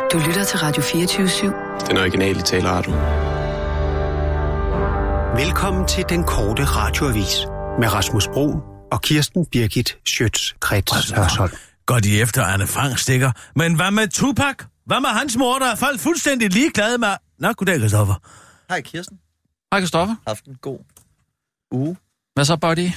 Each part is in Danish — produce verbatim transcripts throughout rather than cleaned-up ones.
Du lytter til Radio fireogtyve syv. Den originale taleradio. Velkommen til den korte radioavis med Rasmus Broen og Kirsten Birgit Schøtz-Krets Hørsholm. Går de efter Anne Frank stikker. Men hvad med Tupac? Hvad med hans mor, der er folk fuldstændig ligeglade med? Nå, goddag, Christoffer. Hej, Kirsten. Hej, Christoffer. Haft en god uge. Hvad så, buddy?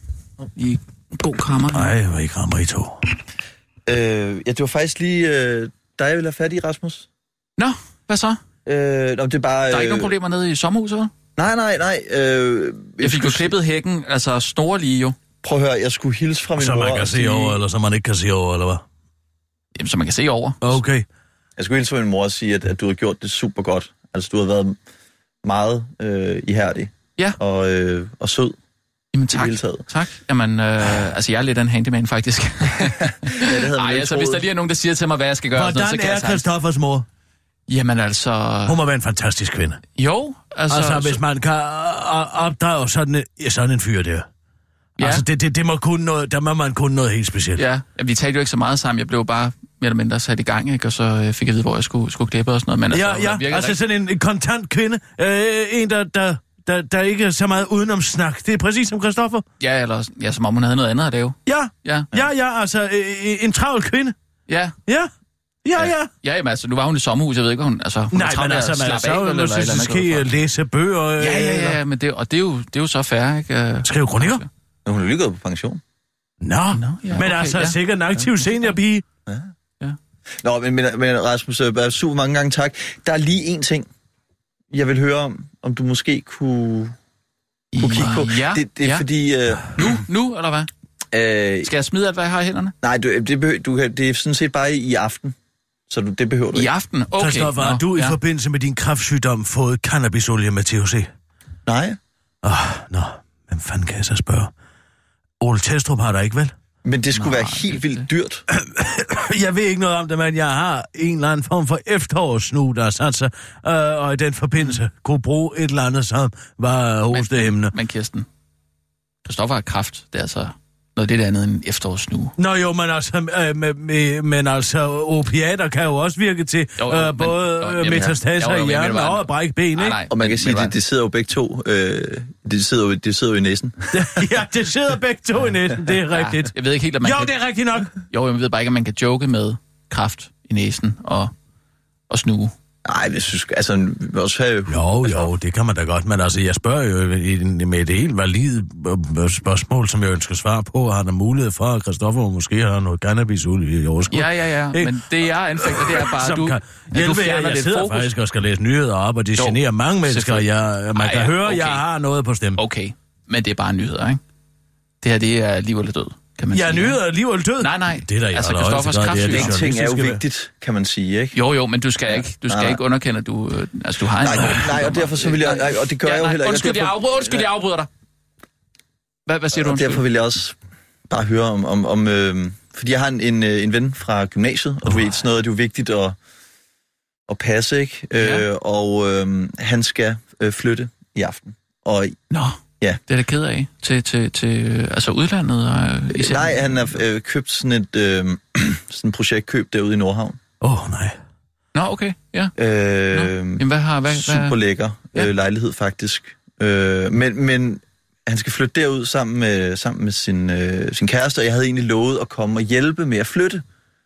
I god krammer. Nej, hvor I krammer I to. Øh, ja, det var faktisk lige øh, dig, jeg ville have fat i, Rasmus. Nå, hvad så? Øh, nå, det er bare... Øh... Der er ikke nogen problemer nede i sommerhuset, eller? Nej, nej, nej. Øh, jeg fik jo klippet hækken, altså store lige jo. Prøv at høre, jeg skulle hilse fra min så mor. Så man kan se over, eller så man ikke kan se over, eller hvad? Jamen, så man kan se over. Okay. Jeg skulle hilse fra min mor og sige, at, at du har gjort det super godt. Altså, du har været meget øh, ihærdig. Ja. Og, øh, og sød. Jamen tak, tak. Jamen, øh, altså jeg er lidt af en handyman faktisk. ja, det havde Ej, altså hvis der lige er nogen, der siger til mig, hvad jeg skal gøre... Hvordan noget, så kan er Christoffers mor? Jamen altså... Hun må være en fantastisk kvinde. Jo, altså... Altså, hvis man kan opdrage sådan en, sådan en fyr der. Ja. Altså, det, det, det må kunne noget, der må man kunne noget helt specielt. Ja, vi talte jo ikke så meget sammen. Jeg blev bare mere eller mindre sat i gang, ikke? Og så fik jeg at vide, hvor jeg skulle, skulle klippe og sådan noget. Men ja, altså, ja, altså rigtig... sådan en, en kontant kvinde. Øh, en, der... der Der, der er ikke så meget udenom snak. Det er præcis som Christoffer. Ja, eller ja, som om hun havde noget andet at lave. Ja, ja, ja, ja altså øh, en travl kvinde. Ja. Ja, ja, ja. Ja, jamen altså, nu var hun i sommerhus, jeg ved ikke, hun... Altså, hun Nej, men altså, man så af, eller, eller måske læse bøger. Ja, ja, ja, ja, men det, og det er, jo, det er jo så fair, ikke? Skrive kronikker? Ja, hun er lige gået på pension. Nå, Nå ja, men okay, altså, ja. Sikkert en aktiv ja. seniorpige. Ja. ja. Nå, men, men, men Rasmus, super mange gange tak. Der er lige en ting, jeg vil høre om, om du måske kunne... kunne kigge på. Ja, det, det er ja. fordi... Øh, nu, nu, eller hvad? Øh, Skal jeg smide alt, hvad jeg har i hænderne? Nej, du, det, behøver, du, det er sådan set bare i aften. Så du, det behøver du I ikke. I aften? Okay. Christoffer, har du ja. i forbindelse med din kræftsygdom fået cannabisolie med T H C? Nej. Åh, oh, nå. Hvem fanden kan jeg så spørge? Ole Testrup har der ikke, vel? Men det skulle Nå, være helt vildt dyrt. Jeg ved ikke noget om det, men jeg har en eller anden form for efterårssnu, der har sat sig, øh, og i den forbindelse kunne bruge et eller andet, som var hosteemne. Men Kirsten, Christoffer har kræft, det er altså noget lidt andet end efterårssnu. Nå jo, men altså, øh, med, med, men altså opiater kan jo også virke til jo, jo, øh, både men, jo, metastaser i hjernen og at brække ben, ikke? Og man kan sige, at det, det sidder jo begge to, øh, det, sidder jo, det sidder jo i næsen. Ja, det sidder begge to i næsen, det er rigtigt. Ja, jeg ved ikke helt, at man Jo, kan... det er rigtigt nok. Jo, jeg ved bare ikke, at man kan joke med kræft i næsen og, og snue. Nej, jeg synes, altså, vi også have... Jo, jo, det kan man da godt, men altså, jeg spørger jo med et helt valid spørgsmål, som jeg ønsker svar på, har der mulighed for, at Christoffer måske har noget cannabis ud i overskud? Ja, ja, ja, ikke? Men det jeg anfægter, det er bare, at du, kan, at du fjerner jeg, lidt sidder fokus. Faktisk og skal læse nyheder op, og det jo, generer mange mennesker, jeg, man Ej, kan ja, høre, okay. Jeg har noget på stemmen. Okay, men det er bare nyheder, ikke? Det her, det er liv eller død. Kan man ja, sige, nyheder, liv eller død? Nej, nej. Det er der, jeg altså, Christoffers kræftsygdom. Den ting er jo vigtigt, kan man sige, ikke? Jo, jo, men du skal ikke, du skal nej, ikke underkende, at du, øh, altså, du har en... Nej, nej, og derfor så vil jeg... Nej, og det gør ja, nej, jeg jo heller ikke. Undskyld, jeg afbryder, undskyld, jeg afbryder dig. Hvad, hvad siger du? Og derfor vil jeg også bare høre om... om, om øh, fordi jeg har en, en, en ven fra gymnasiet, og du ved, sådan noget, det er jo vigtigt at, at passe, ikke? Ja. Øh, og øh, han skal øh, flytte i aften. Og... Nå. Ja. Det er det ked af. Til, til, til altså udlandet? Og, især... Nej, han har øh, købt sådan et øh, sådan projektkøb derude i Nordhavn. Åh, oh, nej. Nå, okay, ja. Øh, Jamen, hvad har... Hvad, super hvad... lækker øh, ja. lejlighed, faktisk. Øh, men, men han skal flytte derud sammen med, sammen med sin, øh, sin kæreste, og jeg havde egentlig lovet at komme og hjælpe med at flytte.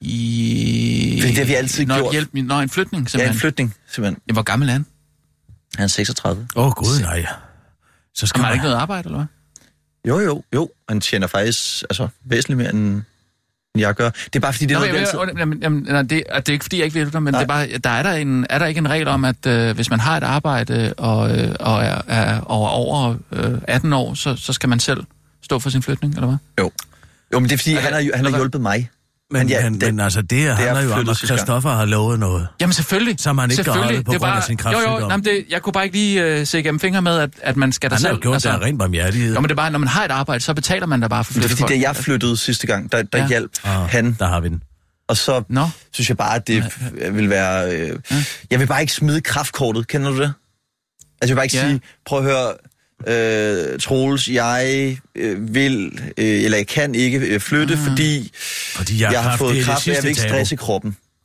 I... Fordi det har vi altid Nå, gjort. Hjælp, nå, en flytning, simpelthen. Ja, en flytning, simpelthen. Ja, hvor gammel er han? Han er seksogtredive. Åh, oh, gud, nej. Så skal man ikke noget arbejde, eller hvad? Jo, jo, jo. Han tjener faktisk altså, væsentligt mere, end jeg gør. Det er bare fordi, det er Nå, noget... Jeg, jeg, jamen, jamen, det, det er ikke fordi, jeg ikke vil det, men det er bare, der er der, en, er der ikke en regel om, at øh, hvis man har et arbejde og, øh, og er, er over, over øh, atten år, så, så skal man selv stå for sin flytning, eller hvad? Jo. Jo, men det er fordi, er han, har, han har hjulpet mig. Men, men, ja, men, det, men altså, det, det handler jo om, at Christoffer har lovet noget. Jamen selvfølgelig. Som han ikke kan holde på grund bare, af sin kræftsygdom. Jo, jo, jamen det, jeg kunne bare ikke lige uh, se gennem fingre med, at, at man skal der selv... selv... Han har jo gjort altså, det af ren barmhjertighed. Jo, men det er bare, når man har et arbejde, så betaler man da bare for flyttefolk. Det er fordi, da jeg flyttede sidste gang, der, der ja. hjalp ah, han. Der har vi den. Og så Nå. synes jeg bare, at det ja. vil være... Øh, ja. Jeg vil bare ikke smide kraftkortet, kender du det? Altså, jeg vil bare ikke ja. sige, prøv at høre... Øh, Troels, jeg øh, vil, øh, eller jeg kan ikke øh, flytte, mm. fordi, fordi jeg, jeg har fået kræft, og jeg vil ikke stresse kroppen.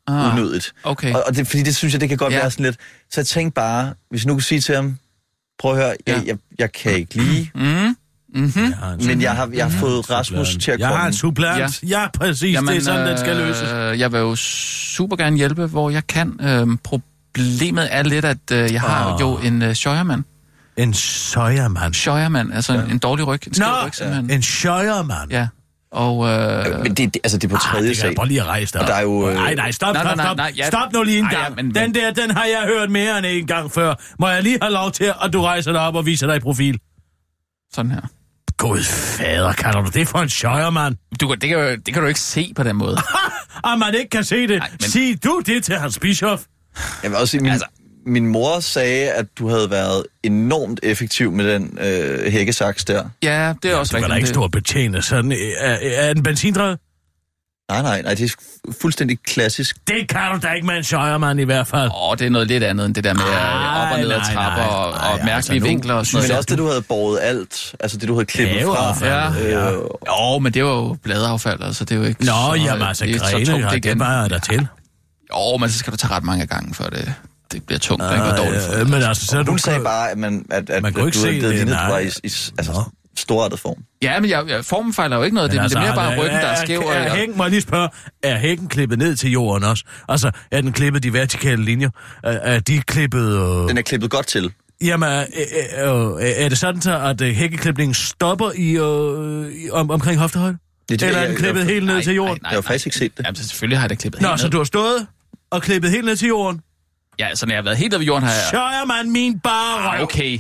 ah, unødigt. Okay. Og, og det, fordi det synes jeg, det kan godt ja. være sådan lidt. Så jeg tænkte bare, hvis nu kunne sige til ham, prøv at høre, jeg, ja. jeg, jeg kan ikke lide, mm. Mm-hmm. Jeg men jeg har, jeg har fået Rasmus til at komme. Jeg har en supplant. Ja, ja præcis. Jamen, det er sådan, øh, den skal løses. Jeg vil jo super gerne hjælpe, hvor jeg kan. Øhm, problemet er lidt, at øh, jeg har oh. jo en øh, schøjermand. En schøjermand? Schøjermand, altså ja. en, en dårlig ryg. En Nå, ryg, simpelthen. En schøjermand? Ja. Og, øh... Men det, det, altså, det er på tredje ah, sag. Det kan lige at rejse dig. Og der er jo... Øh... Nej, nej, stop, stop, stop. Nej, nej, nej, ja. Stop nu lige en gang. Ej, ja, men, den der, den har jeg hørt mere end en gang før. Må jeg lige have lov til, at du rejser dig op og viser dig i profil? Sådan her. God fader, kalder du det for en schøjermand? Du, det, kan, det kan du ikke se på den måde. Og man ikke kan se det. Nej, men... Sig du det til Hans Bischof. Jeg vil også sige, min, altså... min mor sagde, at du havde været enormt effektiv med den øh, hækkesaks der. Ja, det er ja, også rigtigt. Du kan da ikke stå og betjene sådan. Er, er den benzindrevet? Nej, nej, nej, det er fuldstændig klassisk. Det kan du da ikke med en schøjermand i hvert fald. Åh, oh, det er noget lidt andet end det der med ej, op og ned ad trapper og, og mærkelige altså, vinkler og sådan noget. Men også det, du havde båret alt, altså det, du havde klippet ja, fra. Ja, ja. Øh, jo, men det var jo bladeaffald, altså det er jo ikke... Nå, så, jamen altså, grene, det, det bare der til. Jo, men så skal du tage ret mange gange, før det... det bliver tungt, det går dårligt for. Øh, men altså, så hun du sagde bare, at, man, at, at, man kunne ikke se det, det var i, i altså, storartet form. Ja, men jeg, jeg, formen fejler jo ikke noget. Det, altså, det er mere bare ryggen, der er skæv. Er, er, er hækken, må jeg lige spørge, er hækken klippet ned til jorden også? Altså, er den klippet de vertikale linjer? Er, er de klippet... Øh... Den er klippet godt til. Jamen, er, er, er det sådan, at hækkeklipningen stopper i, øh, om, omkring hoftehøjde? Det, det, Eller er den klippet jeg, jeg, helt ned nej, til jorden? Nej, nej, jeg har faktisk ikke set det. Jamen, selvfølgelig har jeg det klippet Nå, helt så ned. du har stået og klippet helt ned til jorden? Ja, så når jeg har været helt over jorden, har jeg... Schøjer man min bare røv. Ah, okay.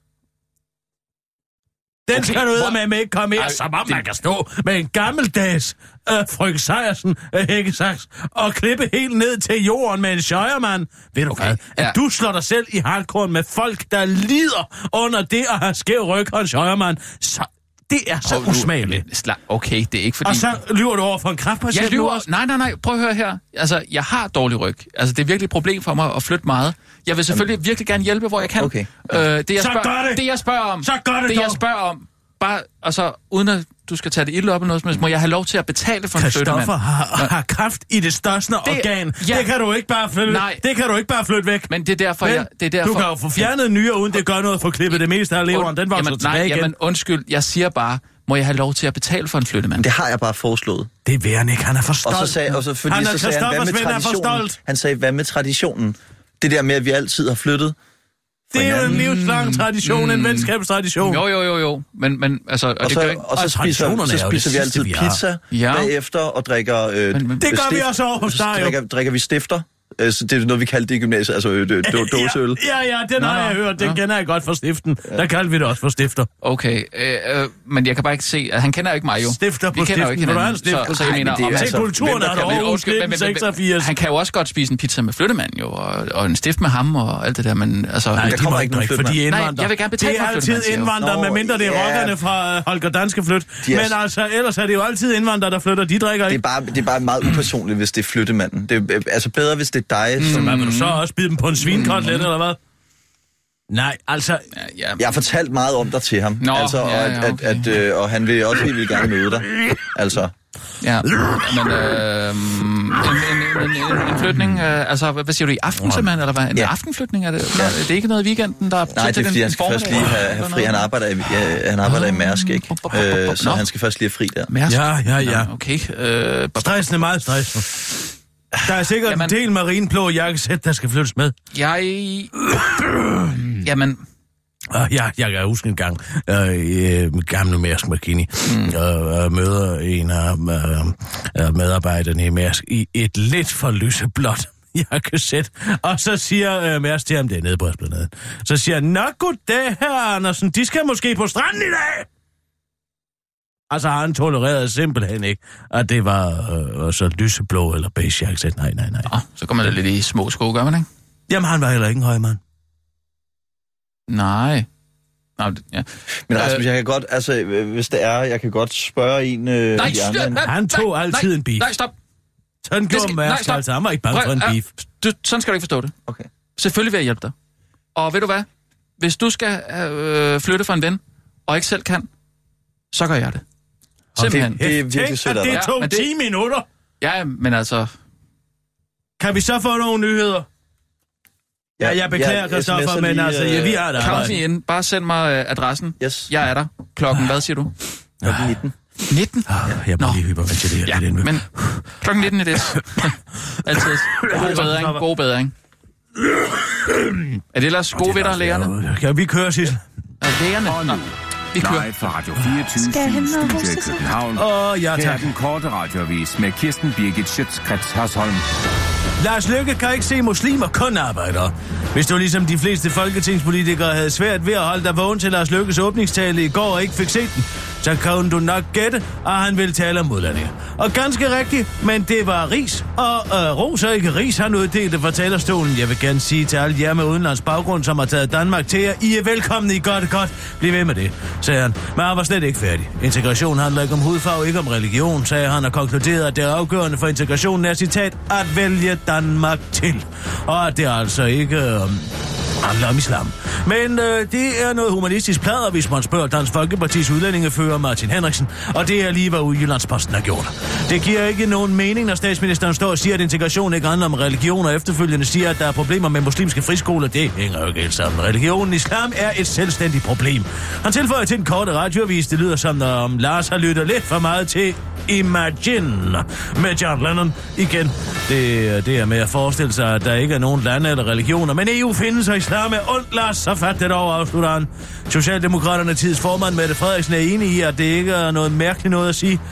Den okay, skal du ud med, med ikke komme her, som om det... man kan stå med en gammeldags øh, Frøken Sejersen øh, hækkesaks og klippe helt ned til jorden med en schøjermand. Ved du okay, hvad? At ja. du slår dig selv i hardcore med folk, der lider under det at have skæv ryg og en schøjermand. Så det er så oh, usmageligt. Okay, det er ikke fordi... Og så lyver du over for en kræftpatient? Jeg lyver... Nej, nej, nej. Prøv at høre her. Altså, jeg har dårlig ryg. Altså, det er virkelig et problem for mig at flytte meget. Jeg vil selvfølgelig Jamen. virkelig gerne hjælpe, hvor jeg kan. Okay. Øh, det, jeg så spørger, gør det! Det, jeg spørger om... Så gør det Det, dog. jeg spørger om... Bare, altså, uden at du skal tage det ilde op eller noget som helst, må jeg have lov til at betale for en flyttemand. Christoffer har, har kræft i det største det, organ. Ja. Det kan du ikke bare flytte. Nej. Det kan du ikke bare flytte væk. Men det er derfor, Men, jeg... Det er derfor, du kan jo få fjernet nyere, uden det gør noget for at klippe det meste af leveren. Den vokser jamen, tilbage nej, igen. Jamen, undskyld. Jeg siger bare, må jeg have lov til at betale for en flyttemand? Det har jeg bare foreslået. Det vil han ikke. Han er for stolt. Og så sagde, og så, fordi, han er så sagde han, hvad med traditionen? Han sagde, hvad med traditionen? Det der med, at vi altid har flyttet. Det er jo en livslang tradition, mm. en venskabstradition. Jo, jo, jo, jo. Men, men altså... Og, og, det så, ikke... og så, spiser, så spiser vi altid vi pizza ja. bagefter og drikker... Øh, men, men, det gør stift, vi også over hos dig, drikker, drikker vi stifter. Så det er noget, vi kaldte det i gymnasiet, altså øh, dåseøl. Ja, ja, den Nå, har jeg hørt. Den ja. kender jeg godt for stiften. Ja. Der kaldte vi det også for stifter. Okay, øh, øh, men jeg kan bare ikke se... Han kender jo ikke mig, jo. Stifter på stiften. Ikke Vil du have en stifter? Så, så jeg mener... Til altså, kulturen er der over nitten seksogfirs. Han kan jo også godt spise en pizza med flyttemand, jo. Og, og en stift med ham og alt det der, men altså... Nej, der kommer ikke nogen for de indvandrere. Nej, jeg vil gerne betale for flyttemand. Det er altid indvandrere, medmindre det er rockerne fra Holger Danske Flyt. Men altså, ellers er det jo altid indvandrere, der flytter. De drikker ikke. Det er bare meget upersonligt, hvis det er flyttemanden. Det er altså bedre, hvis det er dig, som... Vil du så også bide dem på en svinekotlet, mm. eller hvad? Nej, altså... Ja, ja. Jeg har fortalt meget om dig til ham. Nå, altså, og, ja, ja, okay. at, at, øh, og han vil også vil gerne møde dig. Altså... Ja, men øh, en, en, en, en, en flytning, øh, altså hvad siger du, i aften simpelthen, eller hvad? En ja. aftenflytning, er det? Ja. Det er ikke noget i weekenden, der er... Nej, det er fordi, han skal først lige have, have fri. Han arbejder i, ja, han arbejder oh. i Mærsk, ikke? Øh, så han skal først lige have fri der. Mærsk? Ja, ja, ja. Nå, okay. Øh, stressende, meget stressende. Der er sikkert Jamen, en del marineblå jakkesæt, der skal flyttes med. Jeg... Jamen... Uh, ja, jeg kan huske en gang, uh, i uh, gamle Mærsk Markini, mm. uh, uh, møder en af uh, uh, medarbejderne i Mærsk i et lidt for lyseblåt jakkesæt. Og så siger uh, Mærsk til ham, det er nedbrødsbladet. Så siger han, nå goddag, herr Andersen, de skal måske på stranden i dag. Altså, han tolererede simpelthen ikke, at det var uh, så lyseblå eller beige jakkesæt. Nej, nej, nej. Oh, så kommer man lidt i små sko, gør man ikke? Jamen, han var heller ikke en høj mand. Nej. Nå, ja. Men Rasmus, jeg kan godt, altså, hvis det er, jeg kan godt spørge en øh, nej, de andre. Nej, han tog nej, altid nej, en beef. Nej, stop. Sådan gjorde Mærsk, altså. Han var ikke bange for en beef. Du, sådan skal du ikke forstå det. Okay. Selvfølgelig vil jeg hjælpe dig. Og ved du hvad? Hvis du skal øh, flytte for en ven, og ikke selv kan, så gør jeg det. Simpelthen. Det, det er virkelig sødt af dig. Det tog ja, ti minutter. Ja, men altså... kan vi så få nogle nyheder? Ja, jeg beklager, Christoffer, men lige, altså, ja, vi er der. Clausen igen, bare send mig uh, adressen. Yes. Jeg er der. Klokken, hvad siger du? Klokken nitten. nitten? Ah, jeg må lige hyperventilere ja, lidt. men klokken nitten er det. Altid. God bedring, god bedring. Er det ellers gode ved dig, lægerne? Kan vi køre, Sissel? Er lægerne? Nå, vi kører. Live fra Radio fireogtyve Studio i København. Åh, ja, Her er tak. den korte radioavis med Kirsten Birgit Schøtz-Krets Hørsholm. Lars Løkke kan ikke se muslimer, kun arbejdere. Hvis du ligesom de fleste folketingspolitikere havde svært ved at holde dig vågen til Lars Løkkes åbningstale i går og ikke fik set den, så kan du nok gætte, at han vil tale om udlændinge. Og ganske rigtigt, men det var Ris, og øh, Ros og ikke Ris, han uddelte fra talerstolen. Jeg vil gerne sige til alle jer med udenlands baggrund, som har taget Danmark til jer, I er velkomne, I gør det godt. Bliv ved med det, sagde han. Men han var slet ikke færdig. Integration handler ikke om hudfarve, ikke om religion, sagde han, og konkluderede, at det afgørende for integrationen er, citat, at vælge Danmark til. Og at det altså ikke øh, handler om islam. Men øh, det er noget humanistisk plader, hvis man spørger Dansk Folkepartis udlændingefører Martin Henriksen, og det er lige, hvad Jyllandsposten har gjort. Det giver ikke nogen mening, når statsministeren står og siger, at integration ikke handler om religion, og efterfølgende siger, at der er problemer med muslimske friskoler. Det hænger jo ikke helt sammen. Religionen islam er et selvstændigt problem. Han tilføjer til en korte radioavis, det lyder som, om Lars har lyttet lidt for meget til Imagine med John Lennon igen. Det, det er med at forestille sig, at der ikke er nogen lande eller religioner, men E U findes, og islam er ondt, Lars, så fat det over, afslutter han. Socialdemokraterne tids formand Mette Frederiksen er enig i, at det ikke er noget mærkeligt noget at sige.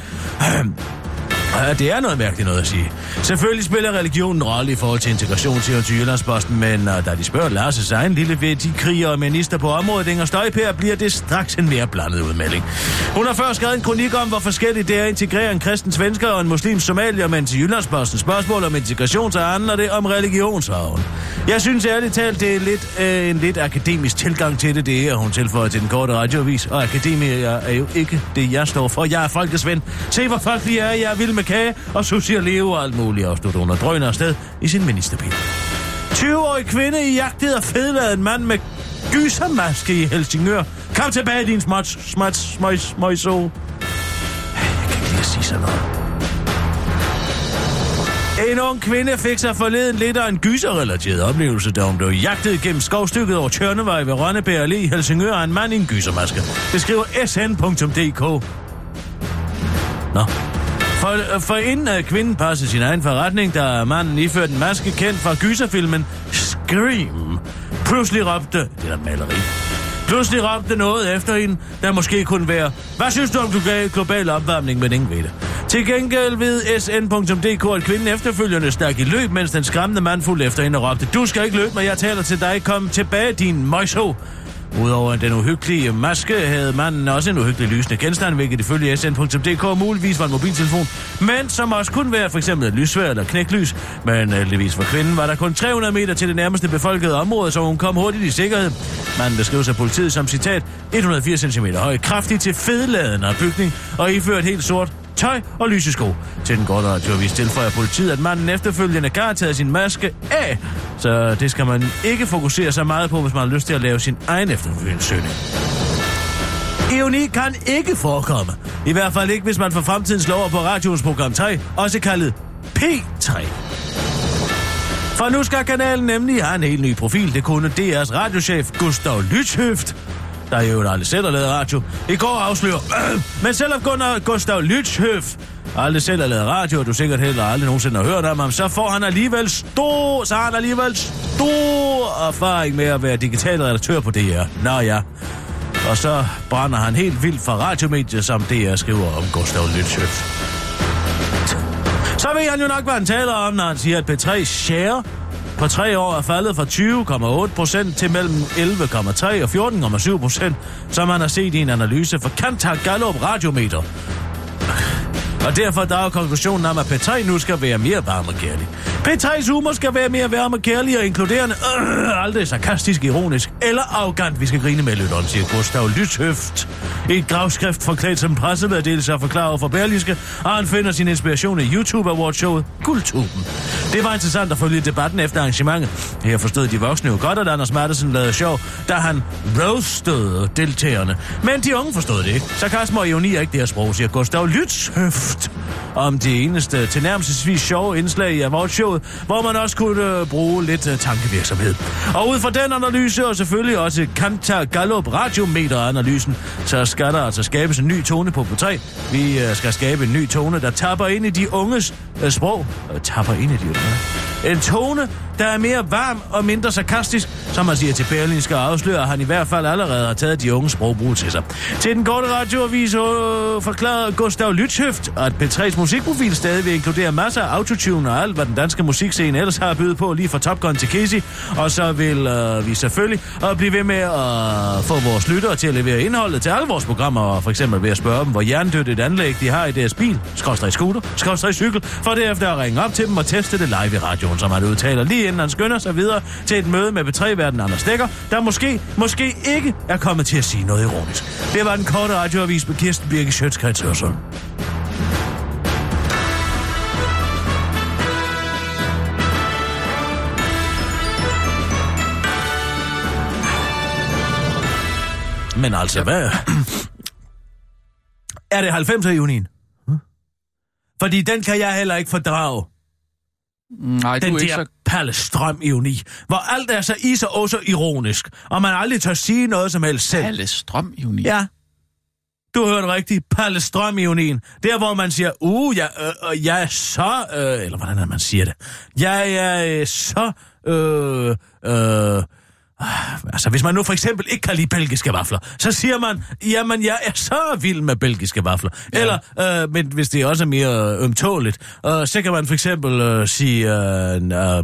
Ja, det er noget mærkeligt noget at sige. Selvfølgelig spiller religionen en rolle i forhold til integration, siger til Jyllandsposten, men uh, da de spørger Lars' egen lille værdikriger og minister på området, Inger Støjpær, bliver det straks en mere blandet udmelding. Hun har først skrevet en kronik om, hvor forskelligt det er at integrere en kristen svensker og en muslim somalier, men til Jyllandsposten spørgsmål om integration, så handler det om religionsarven. Jeg synes ærligt talt, det er lidt, øh, en lidt akademisk tilgang til det, det er, hun tilføjer til den korte radioavis, og akademier er jo ikke det, jeg står for. Jeg er folkesven. Se, hvor folkelig jeg er, jeg vil med kage, og sushi og leve og alt muligt, afslutter hun og drøner afsted i sin ministerbil. tyve-årig kvinde i jagtet og fedladen mand med gysermaske i Helsingør. Kom tilbage, din smuts, smuts, smuts, smuts, Jeg kan ikke lide at sige sådan noget. En ung kvinde fik sig forleden lidt af en gyserrelateret oplevelse, da hun blev jagtet gennem skovstykket over Tjørnevej ved Rønnebær Allé i Helsingør af en mand i en gysermaske. Det skriver S N punktum D K. Nå. For, for inden at kvinden passede sin egen forretning, der er manden iført en maske kendt fra gyserfilmen Scream. Pludselig råbte, det er der maleri, pludselig råbte noget efter hende, der måske kunne være, hvad synes du om global opvarmning, men ingen ved det. Til gengæld ved S N punktum D K, at kvinden efterfølgende stak i løb, mens den skræmmende mand fulgte efter hende og råbte, du skal ikke løbe, når jeg taler til dig, kom tilbage, din møjso. Udover den uhyggelige maske havde manden også en uhyggelig lysende genstand, hvilket ifølge S N punktum D K muligvis var en mobiltelefon, men som også kunne være for eksempel et lyssværd eller knæklys. Men heldigvis for kvinden var der kun tre hundrede meter til det nærmeste befolkede område, så hun kom hurtigt i sikkerhed. Manden beskrev sig politiet som citat et hundrede og firs centimeter høj, kraftig til fedladende af bygning og iført helt sort tøj og lysesko. Til den korte radioavis tilføjer politiet, at manden efterfølgende har taget sin maske af, så det skal man ikke fokusere så meget på, hvis man har lyst til at lave sin egen efterfølgende. Ironi kan ikke forekomme. I hvert fald ikke, hvis man for fremtiden slår over på radioens program tre, også kaldet P tre. For nu skal kanalen nemlig have en helt ny profil. Det kunne D R's radiochef Gustav Lytshøft, der jo aldrig selv har lavet radio, i går afslører. Øh, men selvom Gunnar Gustav Lytshøft aldrig selv har lavet radio, og du sikkert heller aldrig nogensinde har hørt om ham, så får han alligevel stor, så har han alligevel stor erfaring med at være digital redaktør på D R. Nå ja. Og så brænder han helt vildt fra radiomedier, som D R skriver om Gustav Lytshøft. Så ved han jo nok, hvad han taler om, når han siger, at P tre's share på tre år er faldet fra tyve komma otte procent til mellem elleve komma tre og fjorten komma syv procent, som man har set i en analyse for Kantar Gallup Radiometer. Og derfor der er konklusionen om, at P tre nu skal være mere varm og kærlig. P tre's humor skal være mere varm og kærlig og inkluderende, øh, aldrig sarkastisk, ironisk eller arrogant. Vi skal grine med lytteren, siger Gustav Lytshøft. I et gravskrift forklædt som pressemeddelelse og forklarer over for Berlingske, og han finder sin inspiration i YouTube Award-showet Guldtuben. Det var interessant at følge debatten efter arrangementet. Her forstod de voksne jo godt, at Anders Matthesen lavede sjov, da han roastede deltagerne. Men de unge forstod det ikke. Sarkasme og ironi er ikke det her sprog, siger Gustav Lytshøft. om det eneste tilnærmelsesvis sjove indslag i awardsshowet, hvor man også kunne øh, bruge lidt øh, tankevirksomhed. Og ud fra den analyse, og selvfølgelig også Kantar Gallup radiometeranalysen, så skal der altså skabes en ny tone på P tre. Vi øh, skal skabe en ny tone, der tapper ind i de unges øh, sprog. Øh, tapper ind i de unge. En tone, der er mere varm og mindre sarkastisk, som man siger til Berlingske og afslører, han i hvert fald allerede har taget de unge sprogbrug til sig. Til den korte radioavis øh, forklarede Gustav Lytshøft, at P tre's musikprofil stadig vil inkludere masser af autotune og alt, hvad den danske musikscene ellers har at byde på, lige fra Top Gun til Casey. Og så vil øh, vi selvfølgelig øh, blive ved med at få vores lyttere til at levere indholdet til alle vores programmer, for eksempel ved at spørge dem, hvor hjernedødt et anlæg de har i deres bil, skråstreg scooter, skråstreg cykel, for derefter at ringe op til dem og teste det live i radioen, som han udtaler lige inden han skynder sig videre til et møde med P tre-verden Anders Stegger, der måske, måske ikke er kommet til at sige noget ironisk. Det var den korte radioavis med Kirsten Birgit Schøtz-Krets Hørsholm. Men altså, hvad? Er det halvfemser junien? Fordi den kan jeg heller ikke fordrage. Nej, den du er der ikke så... Pallestrøm-ironi, hvor alt er så is og også ironisk, og man aldrig tør sige noget som helst selv. Pallestrøm-ironi? Ja. Du hørte rigtigt. Pallestrøm-ironien. Der, hvor man siger, uh, jeg, øh, jeg er så... Øh, eller hvordan er man siger det? Jeg er så... Øh, øh, Altså, hvis man nu for eksempel ikke kan lide belgiske vafler, så siger man, jamen, jeg er så vild med belgiske vafler. Ja. Eller, øh, men hvis det også er mere ømtåligt, øh, så kan man for eksempel øh, sige, øh, øh,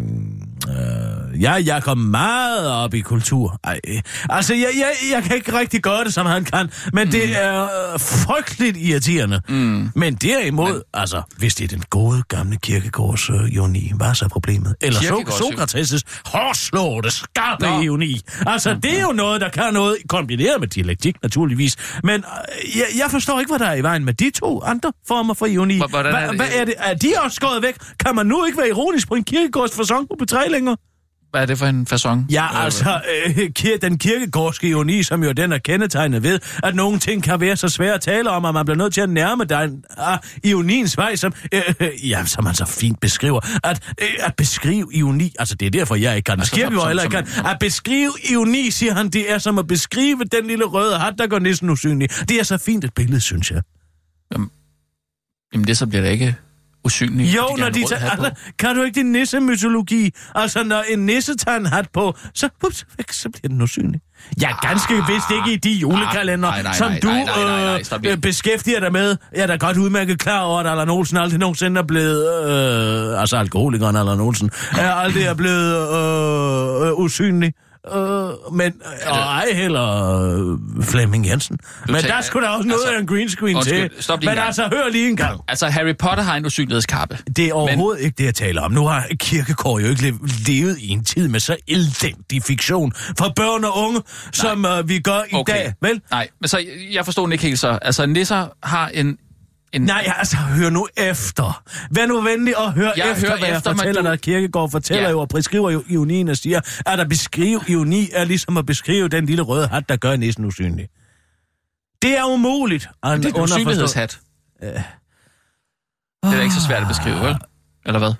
øh, ja, jeg kommer meget op i kultur. Ej, altså, jeg, jeg, jeg kan ikke rigtig gøre det, som han kan, men mm. det er øh, frygteligt irriterende. Mm. Men derimod, men... altså, hvis det er den gode, gamle Kierkegaards øh, ironi, hvad er så problemet? Eller so- Sokrates' hårdslåede, skarpe Nå. ironi. Altså, det er jo noget, der kan noget, kombineret med dialektik, naturligvis. Men øh, jeg, jeg forstår ikke, hvad der er i vejen med de to andre former for ironi. H- Hvordan er det? Hvad er det? Er de også skåret væk? Kan man nu ikke være ironisk på en Kierkegaards facon på P tre længere? Hvad er det for en facon? Ja, altså, øh, kir- den kirkegårdske ironi, som jo den er kendetegnet ved, at nogle ting kan være så svære at tale om, at man bliver nødt til at nærme dig af ironiens vej, som, øh, øh, ja, som man så fint beskriver. At, øh, at beskrive ironi, altså det er derfor, jeg ikke kan. Altså, Kirkegaard heller ikke kan. At beskrive ironi, siger han, det er som at beskrive den lille røde hat, der går næsten usynlig. Det er så fint et billede, synes jeg. Jamen, jamen det så bliver det ikke... usynlig. Jo, når de tager... Altså, kan du ikke din nissemytologi? Altså, når en nisse tager en hat på, så, ups, så bliver den usynlig. Jeg er ganske ah, vist ikke i de julekalender, nej, nej, som nej, du nej, nej, nej, nej, nej, øh, beskæftiger dig med. Jeg er da godt udmærket klar over, at Allan Olsen aldrig nogensinde er blevet... Øh, altså, alkoholikeren Allan Olsen er aldrig er blevet øh, øh, usynlig. Uh, men, og ej heller uh, Flemming Jensen. Men tænker, der skulle der også noget altså, af en green screen undskyld, til. Men altså, hør lige en gang. Altså, Harry Potter har en usynlighedskappe. Det er overhovedet men... ikke det, jeg taler om. Nu har Kierkegaard jo ikke levet i en tid med så elendig fiktion for børn og unge, nej. som uh, vi gør i okay. dag, vel? Nej, men så, jeg forstår ikke helt så. Altså, nisser har en... En... Nej, altså, hør nu efter. Vær nu venlig og hør jeg efter, hvad jeg efter, fortæller du... dig. Kierkegaard fortæller ja. jo og beskriver jo ironien og siger, at at beskrive ironi er ligesom at beskrive den lille røde hat, der gør næsten usynlig. Det er umuligt. Det er en usynlighedshat. Uh... Det er da ikke så svært at beskrive, vel? Eller hvad?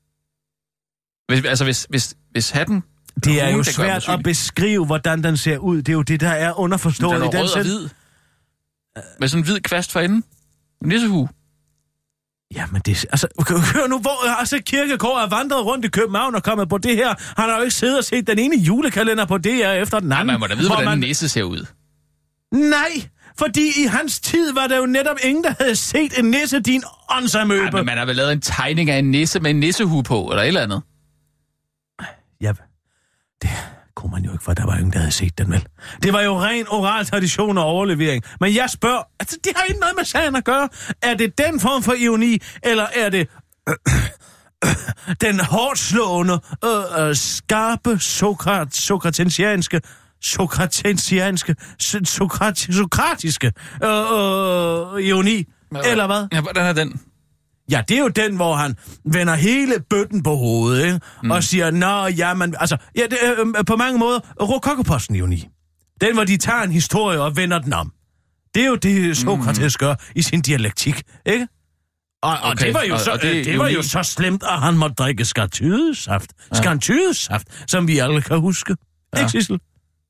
Hvis, altså, hvis, hvis, hvis hatten... Det er jo svært at beskrive, hvordan den ser ud. Det er jo det, der er underforstået i den. Den er rød og hvid. Med sådan en hvid kvast for enden. Nissehue. Jamen det... Altså, hør nu, hvor... Altså, Kierkegaard er vandret rundt i København og kommet på det her. Han har jo ikke siddet og set den ene julekalender på D R efter den anden. Ja, man må da vide, hvordan man... en nisse ser ud. Nej, fordi i hans tid var der jo netop ingen, der havde set en nisse, din åndsamøbe. Ja, men man har vel lavet en tegning af en nisse med en nissehue på, eller et eller andet. Ja, det... kunne man jo ikke, for der var ingen, der havde set den, vel? Det var jo ren oral tradition og overlevering. Men jeg spørger, altså det har ikke noget med sagen at gøre. Er det den form for ironi, eller er det øh, øh, den hårdt slående, øh, øh, skarpe, sokrat, sokratensianske, sokratensianske, sokrat, sokratiske øh, øh, ironi? Eller hvad? Ja, hvordan er den? Ja, det er jo den, hvor han vender hele bøtten på hovedet, ikke? Mm. Og siger, nå, ja, man... Altså, ja, det er øh, på mange måder rokokoposten ironi. Den, hvor de tager en historie og vender den om. Det er jo det, Sokrates mm. gør i sin dialektik, ikke? Og, og Okay, det var jo, og- så, og det er det, det var jo unik. så slemt, at han måtte drikke skartydesaft. Ja. Skartydesaft, som vi alle kan huske. Ja. Ikke, Sissel?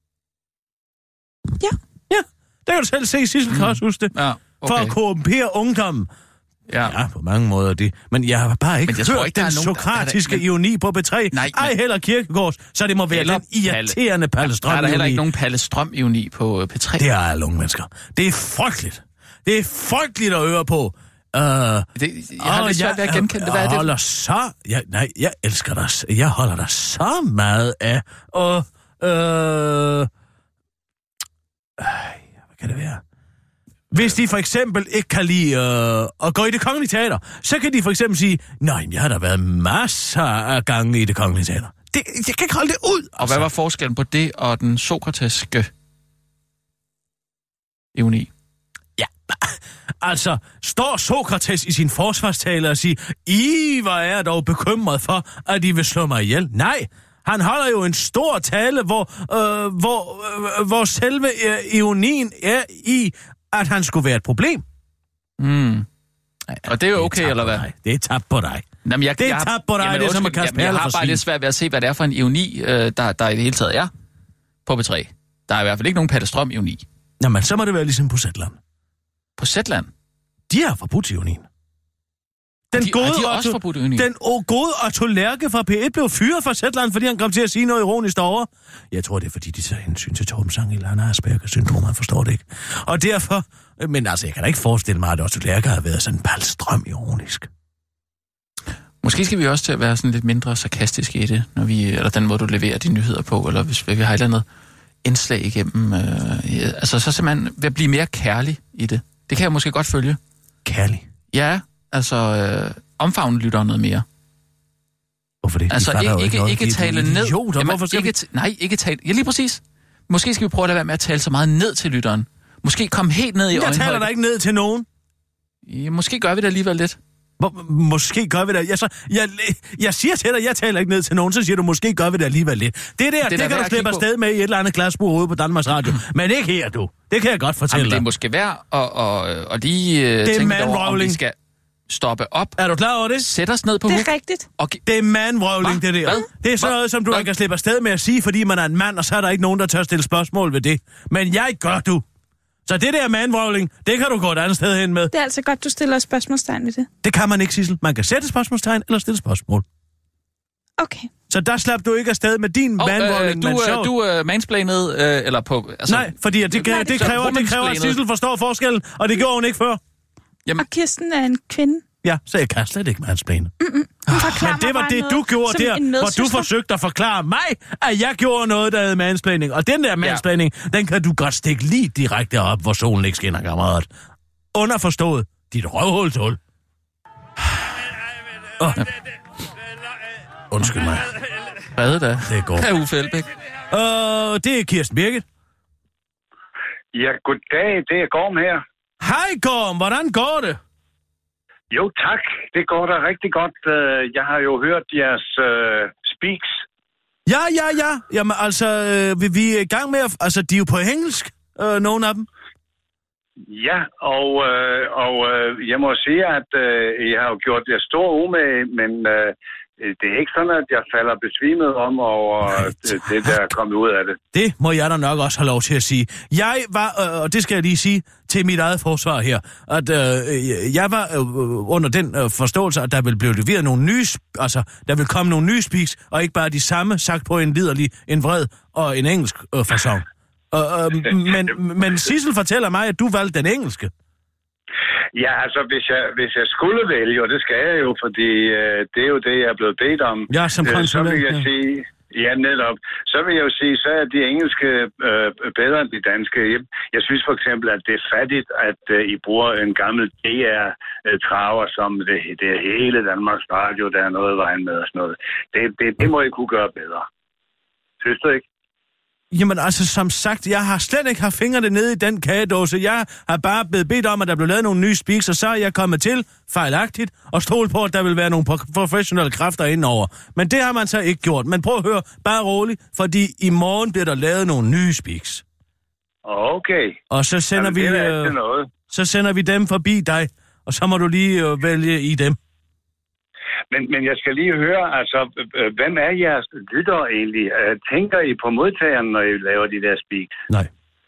Ja. Ja, det kan du selv se. Sissel kan også huske det. Ja, For okay. at korrumpere ungdommen. Ja. Ja, på mange måder det. Men jeg har bare ikke Men jeg hørt tror ikke, der den er nogen, der- sokratiske der- der- ironi på B tre. Nej, Ej men- heller Kierkegaards, så det må være Eller den irriterende Palle Strøm. Der er der heller ironi. ikke nogen Palle Strøm-ironi på P tre. Det er alle unge mennesker. Det er frygteligt. Det er frygteligt at høre på. Uh, Det, jeg har lidt svært ved at genkende det. Hvad er det? holder så... Jeg, nej, jeg elsker dig. s- Jeg holder dig så meget af. Og... Øh, øh, hvad kan det være? Hvis de for eksempel ikke kan lide øh, at gå i Det Kongelige Teater, så kan de for eksempel sige, nej, jeg har da været masser af gange i Det Kongelige Teater. Det, jeg kan ikke holde det ud. Og hvad var forskellen på det og den sokrateske ironi? Ja, altså, står Sokrates i sin forsvarstale og siger, I, hvor er jeg dog bekymret for, at I vil slå mig ihjel? Nej, han holder jo en stor tale, hvor, øh, hvor, øh, hvor selve øh, ironien er i, at han skulle være et problem. Mm. Og det er jo okay, tabt eller på hvad? dig. Det er tabt på dig. Jamen, jeg, Det er jeg, tabt på dig, jamen, det er som undskyld, at kaste jamen, jeg perler har for bare svin. lidt svært ved at se, hvad det er for en ironi, øh, der, der i det hele taget er på P tre. Der er i hvert fald ikke nogen Palle Strøm-ironi. Jamen, så må det være ligesom på Zetland. På Zetland? De har forbudt ironien. Den de- gode har de også Otto, forbudt ironien? den o- gode Otto Lærke fra P et blev fyret fra Zetland, fordi han kom til at sige noget ironisk derovre. Jeg tror, det er fordi, de tager hensyn til Torben Sang eller han har Asperger-syndrom, han forstår det ikke. Og derfor, men altså, jeg kan da ikke forestille mig, at Otto Lærke har været sådan en palstrøm ironisk. Måske skal vi også til at være sådan lidt mindre sarkastiske i det, når vi, eller den måde, du leverer de nyheder på, eller hvis vi har et eller andet indslag igennem. Øh, ja, altså, så simpelthen ved at blive mere kærlig i det. Det kan jeg måske godt følge. Kærlig. Ja, altså øh, omfavne lytter noget mere. Hvorfor det? De Altså fatter jo ikke, ikke, noget. ikke De er tale ned. idioter. Hvorfor skal ikke, vi... t- nej, ikke tale... Ja, lige præcis. Måske skal vi prøve at lade være med at tale så meget ned til lytteren. Måske komme helt ned i Jeg øjenhøjde. taler da ikke ned til nogen. Ja, måske gør vi det alligevel lidt. Hvor, måske gør vi det. Jeg, så, jeg, jeg siger til dig, jeg taler ikke ned til nogen, så siger du, måske gør vi det alligevel lidt. Det der, det, er det da kan værd du at slippe kigge på. afsted med i et eller andet glasbord ude på Danmarks Radio. Men ikke her, du. Det kan jeg godt fortælle Jamen, det er dig. måske værd at, at, at lige uh, er tænke lidt over, om man-rolling. vi skal stoppe op, Er du klar over det? sætte os ned på Det huk, er rigtigt. og gi- Det er manvrøvling, Hva? det der. Hvad? Det er sådan Hva? noget, som du Hvad? ikke kan slippe afsted med at sige, fordi man er en mand, og så er der ikke nogen, der tør stille spørgsmål ved det. Men jeg gør du. Så det der manvrøvling, det kan du gå et andet sted hen med. Det er altså godt, du stiller spørgsmålstegn ved det. Det kan man ikke, Sissel. Man kan sætte spørgsmålstegn eller stille spørgsmål. Okay. Så der slap du ikke afsted med din Og, manvrøvling, øh, men du, sjovt. øh, du er uh, mansplanet, øh, eller på... Altså, Nej, fordi at det, Nej, kan, det- det, kræver, det kræver, at Womansplainet. Sissel forstår forskellen, og det gjorde hun ikke før. Og Kirsten er en kvinde. Ja, så jeg kan slet ikke mansplane. Hun forklarer Men det mig var bare det, noget du gjorde som der, en hvor du medsøster. forsøgte at forklare mig, at jeg gjorde noget, der hed mansplaining. Og den der mansplaining, den kan du godt stikke lige direkte op, hvor solen ikke skinner, kammerat. Underforstået, dit røvhulshul. Oh. Undskyld mig. Hvad da? Det går. Herr Uffe Elbæk. Uh, det er Kirsten Birgit. Ja, goddag. Det er Gorm her. Hej Gorm, hvordan går det? Jo, tak. Det går da rigtig godt. Jeg har jo hørt jeres uh, speaks. Ja, ja, ja. Jamen altså, øh, vi, vi er i gang med at... Altså, de er jo på engelsk, øh, nogle af dem. Ja, og, øh, og øh, jeg må sige, at øh, I har jo gjort jer stor umage, men øh, det er ikke sådan, at jeg falder besvimet om over Nej, det, det, der er kommet ud af det. Det må jeg da nok også have lov til at sige. Jeg var, øh, og det skal jeg lige sige til mit eget forsvar her, at øh, jeg var øh, under den øh, forståelse, at der vil blive leveret nogle nye, altså der vil komme nogle nye speaks, og ikke bare de samme sagt på en liderlig, en vred og en engelsk øh, facon. øh, øh, men, men Sissel fortæller mig, at du valgte den engelske. Ja, altså, hvis jeg, hvis jeg skulle vælge, og det skal jeg jo, fordi øh, det er jo det, jeg er blevet bedt om. Ja, som øh, så konsulent, vil jeg ja. sige, ja, netop. Så vil jeg jo sige, så er de engelske øh, bedre end de danske. Jeg, jeg synes for eksempel, at det er fattigt, at øh, I bruger en gammel D R-traver, som det, det er hele Danmarks Radio, der er noget vejen med og sådan noget. Det, det, det må I kunne gøre bedre. Synes du ikke? Jamen altså, som sagt, jeg har slet ikke haft fingrene nede i den kagedåse. Jeg har bare blevet bedt om, at der blev lavet nogle nye speaks, og så er jeg kommet til, fejlagtigt, og stole på, at der vil være nogle professionelle kræfter indenover. Men det har man så ikke gjort. Men prøv at høre, bare roligt, fordi i morgen bliver der lavet nogle nye speaks. Okay. Og så sender Jamen, vi, det er da øh, altid noget. så sender vi dem forbi dig. og så må du lige øh, vælge i dem. Men, men jeg skal lige høre, altså, øh, hvem er jeres lyttere egentlig? Øh, tænker I på modtageren, når I laver de der speaks? Nej.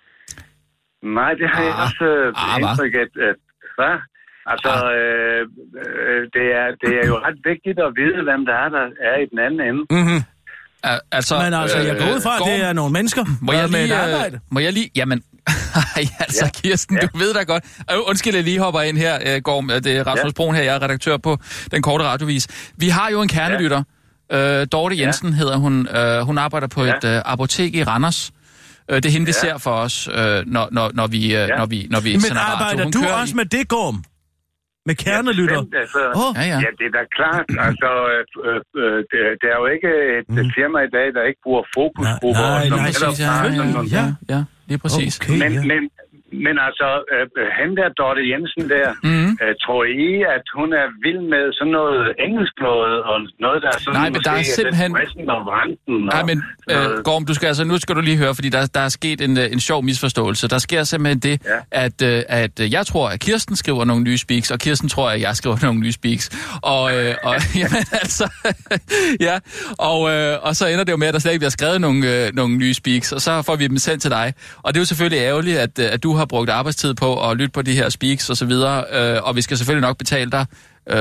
Nej, det har ah, jeg også ah, indtryk af. At, hvad? Altså, ah. øh, øh, det, er, det er jo ret vigtigt at vide, hvem der er, der er i den anden ende. Mm-hmm. Uh, altså, Men altså, jeg går ud fra, at det er nogle mennesker, må jeg lige, med et arbejde. Må jeg lige... Jamen, ej, altså, ja. Kirsten, ja. Du ved da godt. Uh, undskyld, jeg lige hopper ind her, uh, Gorm. Det er Rasmus ja. Broen her, jeg er redaktør på Den Korte Radiovis. Vi har jo en kernelytter. Ja. Uh, Dorte Jensen ja. hedder hun. Uh, hun arbejder på ja. et uh, apotek i Randers. Uh, det er hende, vi ja. ser for os, uh, når, når, når vi, uh, ja. når vi, når vi Men sender radio. arbejder Hun du kører også i... med det, Gorm? Med kernelytter? Ja, altså, oh. ja, ja. ja, det er da klart. Altså, øh, øh, det, det er jo ikke et mm. firma i dag, der ikke bruger fokusgrupper. Nej, nej, nej, nej, ja, ja, ja, ja, lige præcis. Okay, men, ja. men, men altså, øh, hende der, Dorte Jensen der, mm. øh, tror I, at hun er vild med sådan noget engelsk noget, og noget, der er sådan... Nej, men der er simpelthen... Nej, men øh, Gorm, du skal altså, nu skal du lige høre, fordi der, der er sket en, en sjov misforståelse. Der sker simpelthen det, ja. at, øh, at jeg tror, at Kirsten skriver nogle nye speaks, og Kirsten tror, at jeg skriver nogle nye speaks. Og, øh, og jamen altså... ja, og, øh, og så ender det jo med, at der slet ikke bliver skrevet nogle, øh, nogle nye speaks, og så får vi dem sendt til dig. Og det er jo selvfølgelig ærgerligt, at, at du har brugt arbejdstid på at lytte på de her speaks og så videre, øh, og vi skal selvfølgelig nok betale dig øh,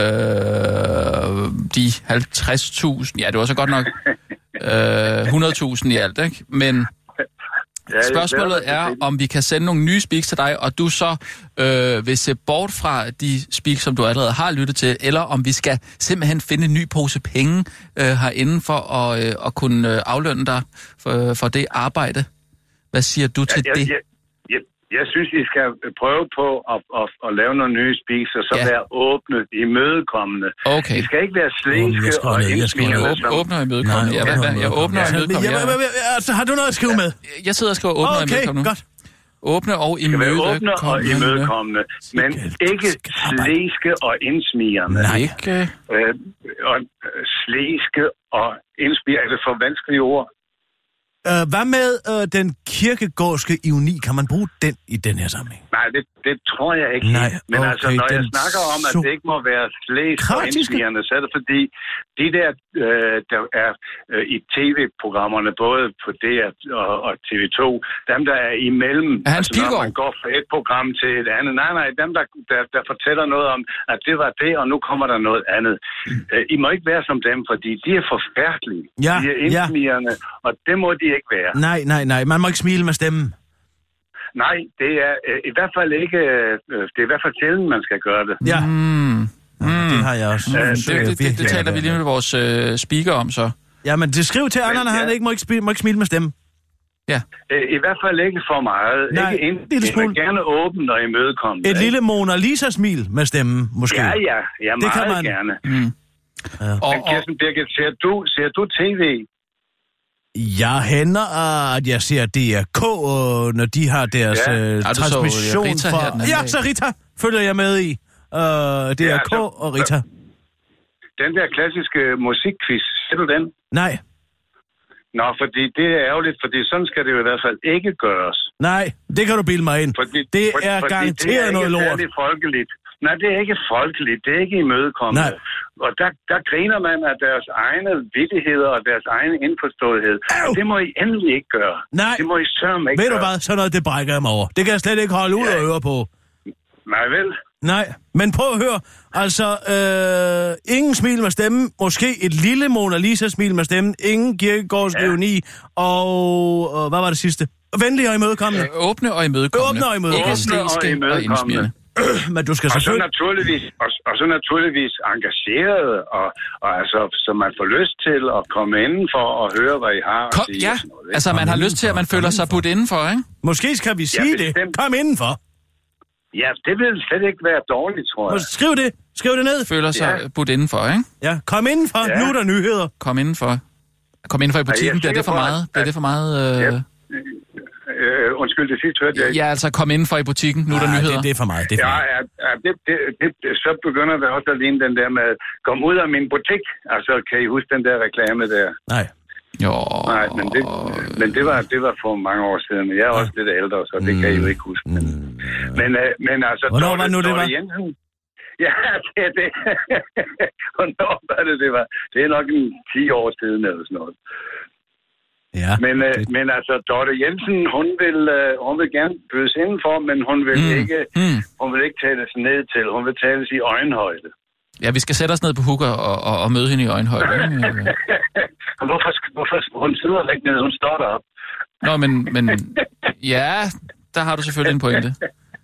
de halvtreds tusind, ja, det var så godt nok øh, hundrede tusind i alt, ikke? Men ja, spørgsmålet er, om vi kan sende nogle nye speaks til dig, og du så øh, vil se bort fra de speaks, som du allerede har lyttet til, eller om vi skal simpelthen finde en ny pose penge øh, herinde for at, øh, at kunne øh, aflønne dig for, for det arbejde. Hvad siger du til ja, det? Ja, ja, jeg synes, I skal prøve på at, at, at lave nogle nye speaks, og så ja. være åbne, imødekommende. Okay. I skal ikke være slæske og indspillende. Åbne og imødekommende. Ja, hvad, hvad? Jeg åbner og imødekommende. Ja, ja, altså, har du noget at skrive med? Jeg sidder og skriver åbne og imødekommende. Okay, godt. Åbne og imødekommende. Åbne og imødekommende, men ikke slæske og indsmirrende. Nej, ikke. Øh, og slæske og indsmirende, er det for vanskelige ord? Uh, hvad med uh, den kirkegårdske ironi? Kan man bruge den i den her sammenhæng? Nej, det, det tror jeg ikke. Nej, Men okay, altså, når jeg snakker om, at det ikke må være slæst og indsmirrende, så er det fordi, de der, øh, der er øh, i tv-programmerne, både på D R og, og T V to, dem der er imellem, altså når man går fra et program til et andet, nej, nej, dem der, der, der fortæller noget om, at det var det, og nu kommer der noget andet. Mm. Øh, I må ikke være som dem, fordi de er forfærdelige. Ja, de er indsmirrende, ja. Og det må de ikke være. Nej, nej, nej. Man må ikke smile med stemmen. Nej, det er øh, i hvert fald ikke... Øh, det er i hvert fald sjældent, man skal gøre det. Ja. Mm. Mm. Det har jeg også. Mm. Det, det, det, det taler vi lige med vores øh, speaker om, så. Ja, men det skriv til andre, når ja. han ikke må ikke, smile, må ikke smile med stemmen. Ja. Øh, I hvert fald ikke for meget. Nej, ikke ind, det er gerne åbent og imødekommende. Et lille Mona Lisa-smil med stemmen, måske. Ja, ja. Ja, meget det kan man. gerne. Mm. Ja. Men Kirsten Birgit, ser du, ser du tv? Jeg hænder, at jeg ser D R K, når de har deres ja. øh, transmission så, for... Ja, så Rita følger jeg med i. Uh, D R K ja, så, og Rita. Den der klassiske musikquiz, ser du den? Nej. Nå, fordi det er ærgerligt, fordi sådan skal det jo i hvert fald ikke gøres. Nej, det kan du bilde mig ind. Fordi, det for, er garanteret noget lort. Det er ikke folkeligt. Nej, det er ikke folkeligt. Det er ikke imødekommende. Nej. Og der, der griner man af deres egne vittigheder og deres egen indforståethed. Og det må I endelig ikke gøre. Nej. Det må I sørme ikke Ved gøre. du hvad? Sådan noget, det brækker jeg mig over. Det kan jeg slet ikke holde ud ja. og øre på. Nej, vel? Nej, men prøv at høre. Altså, øh, ingen smil med stemmen. Måske et lille Mona Lisa-smil med stemmen. Ingen kirkegårdsk ironi. Ja. Og øh, hvad var det sidste? Venlig og imødekommende. Øh, åbne og imødekommende. Åbne og imødekommende. Ikke slæske og indsmirrende. Men du skal og selvfølgelig... så naturligvis, og, og så naturligvis engageret, og, og altså, så man får lyst til at komme indenfor og høre, hvad I har Kom, at sige. Ja, noget, altså man har lyst til, at man føler sig budt indenfor, ikke? Måske skal vi sige ja, det. Kom indenfor. Ja, det vil slet ikke være dårligt, tror jeg. Skriv det. Skriv det ned. Føler sig ja. budt indenfor, ikke? Ja, kom indenfor. Ja. Nu er der nyheder. Kom indenfor. Kom indenfor i butikken. Bliver det for meget? Bliver det for meget... Øh... Ja. Øh, undskyld, det sidste hørte jeg ikke. Ja, altså kom indenfor i butikken, nu er der ja, nyheder. Det, det er for meget, det er for meget. Ja, ja det, det, det, det, så begynder det også at ligne den der med, kom ud af min butik. Altså, kan I huske den der reklame der? Nej. Jo. Nej, men det, men det, var, det var for mange år siden. Jeg er også lidt ældre, så det kan I jo ikke huske. Men, men, øh, men altså... Hvornår var nu det var? Jensen, Ja, det er det. Hvornår var det, det var? Det er nok en ti år siden eller sådan noget. Ja. Men, øh, det... men altså, Dorte Jensen, hun vil, øh, hun vil gerne bydes indenfor, men hun vil, Mm. ikke, Mm. hun vil ikke tales ned til. Hun vil tales i øjenhøjde. Ja, vi skal sætte os ned på hooker og, og, og møde hende i øjenhøjde. hvorfor, hvorfor, hun sidder ikke ned, hun står deroppe. Nå, men, men ja, der har du selvfølgelig en pointe.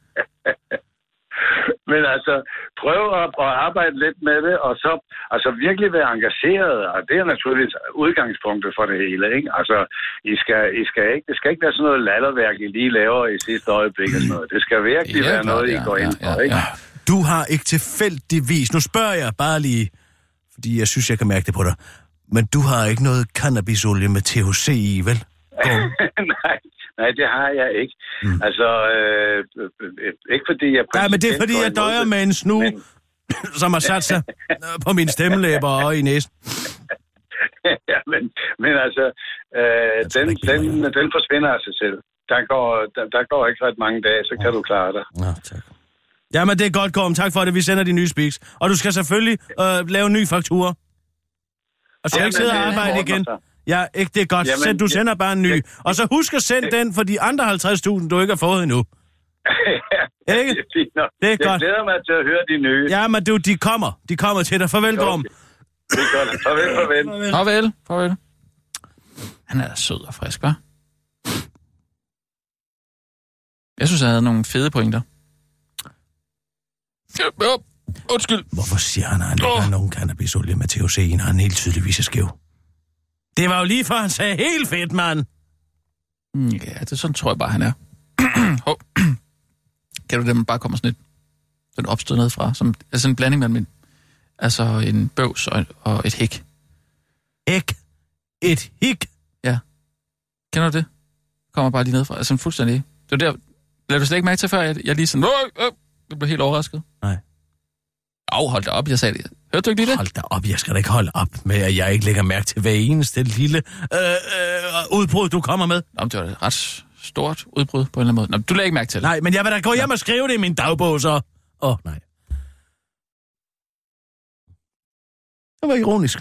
Men altså, prøv at, at arbejde lidt med det, og så altså virkelig være engageret, og det er naturligvis udgangspunktet for det hele, ikke? Altså, I skal, I skal ikke, det skal ikke være sådan noget latterværk, I lige laver i sidste øjeblik og sådan noget. Det skal virkelig Ja, være klart, noget, I ja, går ja, ind for, ja, ikke? ja. Du har ikke tilfældigvis, nu spørger jeg bare lige, fordi jeg synes, jeg kan mærke det på dig, men du har ikke noget cannabisolie med T H C i, vel? nej, nej, det har jeg ikke. Mm. Altså, øh, øh, ikke fordi jeg... Nej, men det er fordi, jeg døjer med en snu, men... som har sat sig på mine stemmelæber og i næsen. ja, men, men altså, øh, den, den, den forsvinder af sig selv. Der går, der, der går ikke ret mange dage, så kan du klare dig. Nå, tak. Jamen, det er godt, Gorm. Tak for det. Vi sender de nye speaks. Og du skal selvfølgelig øh, lave en ny faktura. Og så Jamen, ikke sidde og arbejde igen. Ja, ikke det er godt. Jamen, Send, du sender bare en ny. jeg... Og så husk at sende den for de andre halvtreds tusind, du ikke har fået endnu. ja, ikke? Det er, fint nok. Det er jeg godt. glæder mig til at høre de nye. Ja, men du, de kommer. De kommer til dig. Farvel, Gorm. Okay. Det er godt. Farvel, farvel. Farvel, farvel. Han er sød og frisk, hva'? Jeg synes, jeg havde nogle fede pointer. Ja, ja, undskyld. Hvorfor siger han, at han ikke har nogen cannabisolie med T H C i, når han helt tydeligvis er skæv? Det var jo lige før, han sagde helt fedt, mand. Ja, det sådan tror jeg bare, han er. Hov. Kan du det, man bare kommer sådan et, den opstød nedefra? Som, altså en blanding mellem en, altså en bøvs og, og et hæk. Hæk? Et hik? Ja. Kender du det? Kommer bare lige nedefra. Altså fuldstændig. Det var der, lader du slet ikke mærke til før, jeg, jeg lige sådan, øh, øh, jeg blev helt overrasket. Nej. Åh, hold da op, jeg sagde det. Hørte du ikke lige det? Hold da op, jeg skal da ikke holde op med, at jeg ikke lægger mærke til hver eneste lille øh, øh, udbrud, du kommer med. Nå, det var et ret stort udbrud på en eller anden måde. Nå, du lægger ikke mærke til det. Nej, men jeg vil da gå hjem og skrive det i min dagbog, så. Åh, oh, nej. Det var ironisk.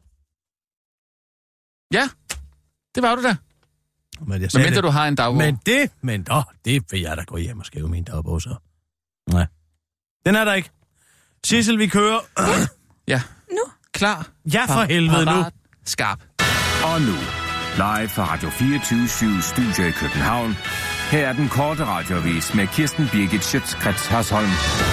Ja, det var du da. Men jeg Men mindre du har en dagbog. Men det, men åh, det vil jeg da gå hjem og skrive min dagbog, så. Nej. Den er der ikke. Sissel, vi kører. Ja. Nu? Klar. Ja, for helvede nu. Skarp. Og nu, live fra Radio fireogtyve syv Studio i København. Her er den korte radioavis med Kirsten Birgit Schøtzgrads Hasholm.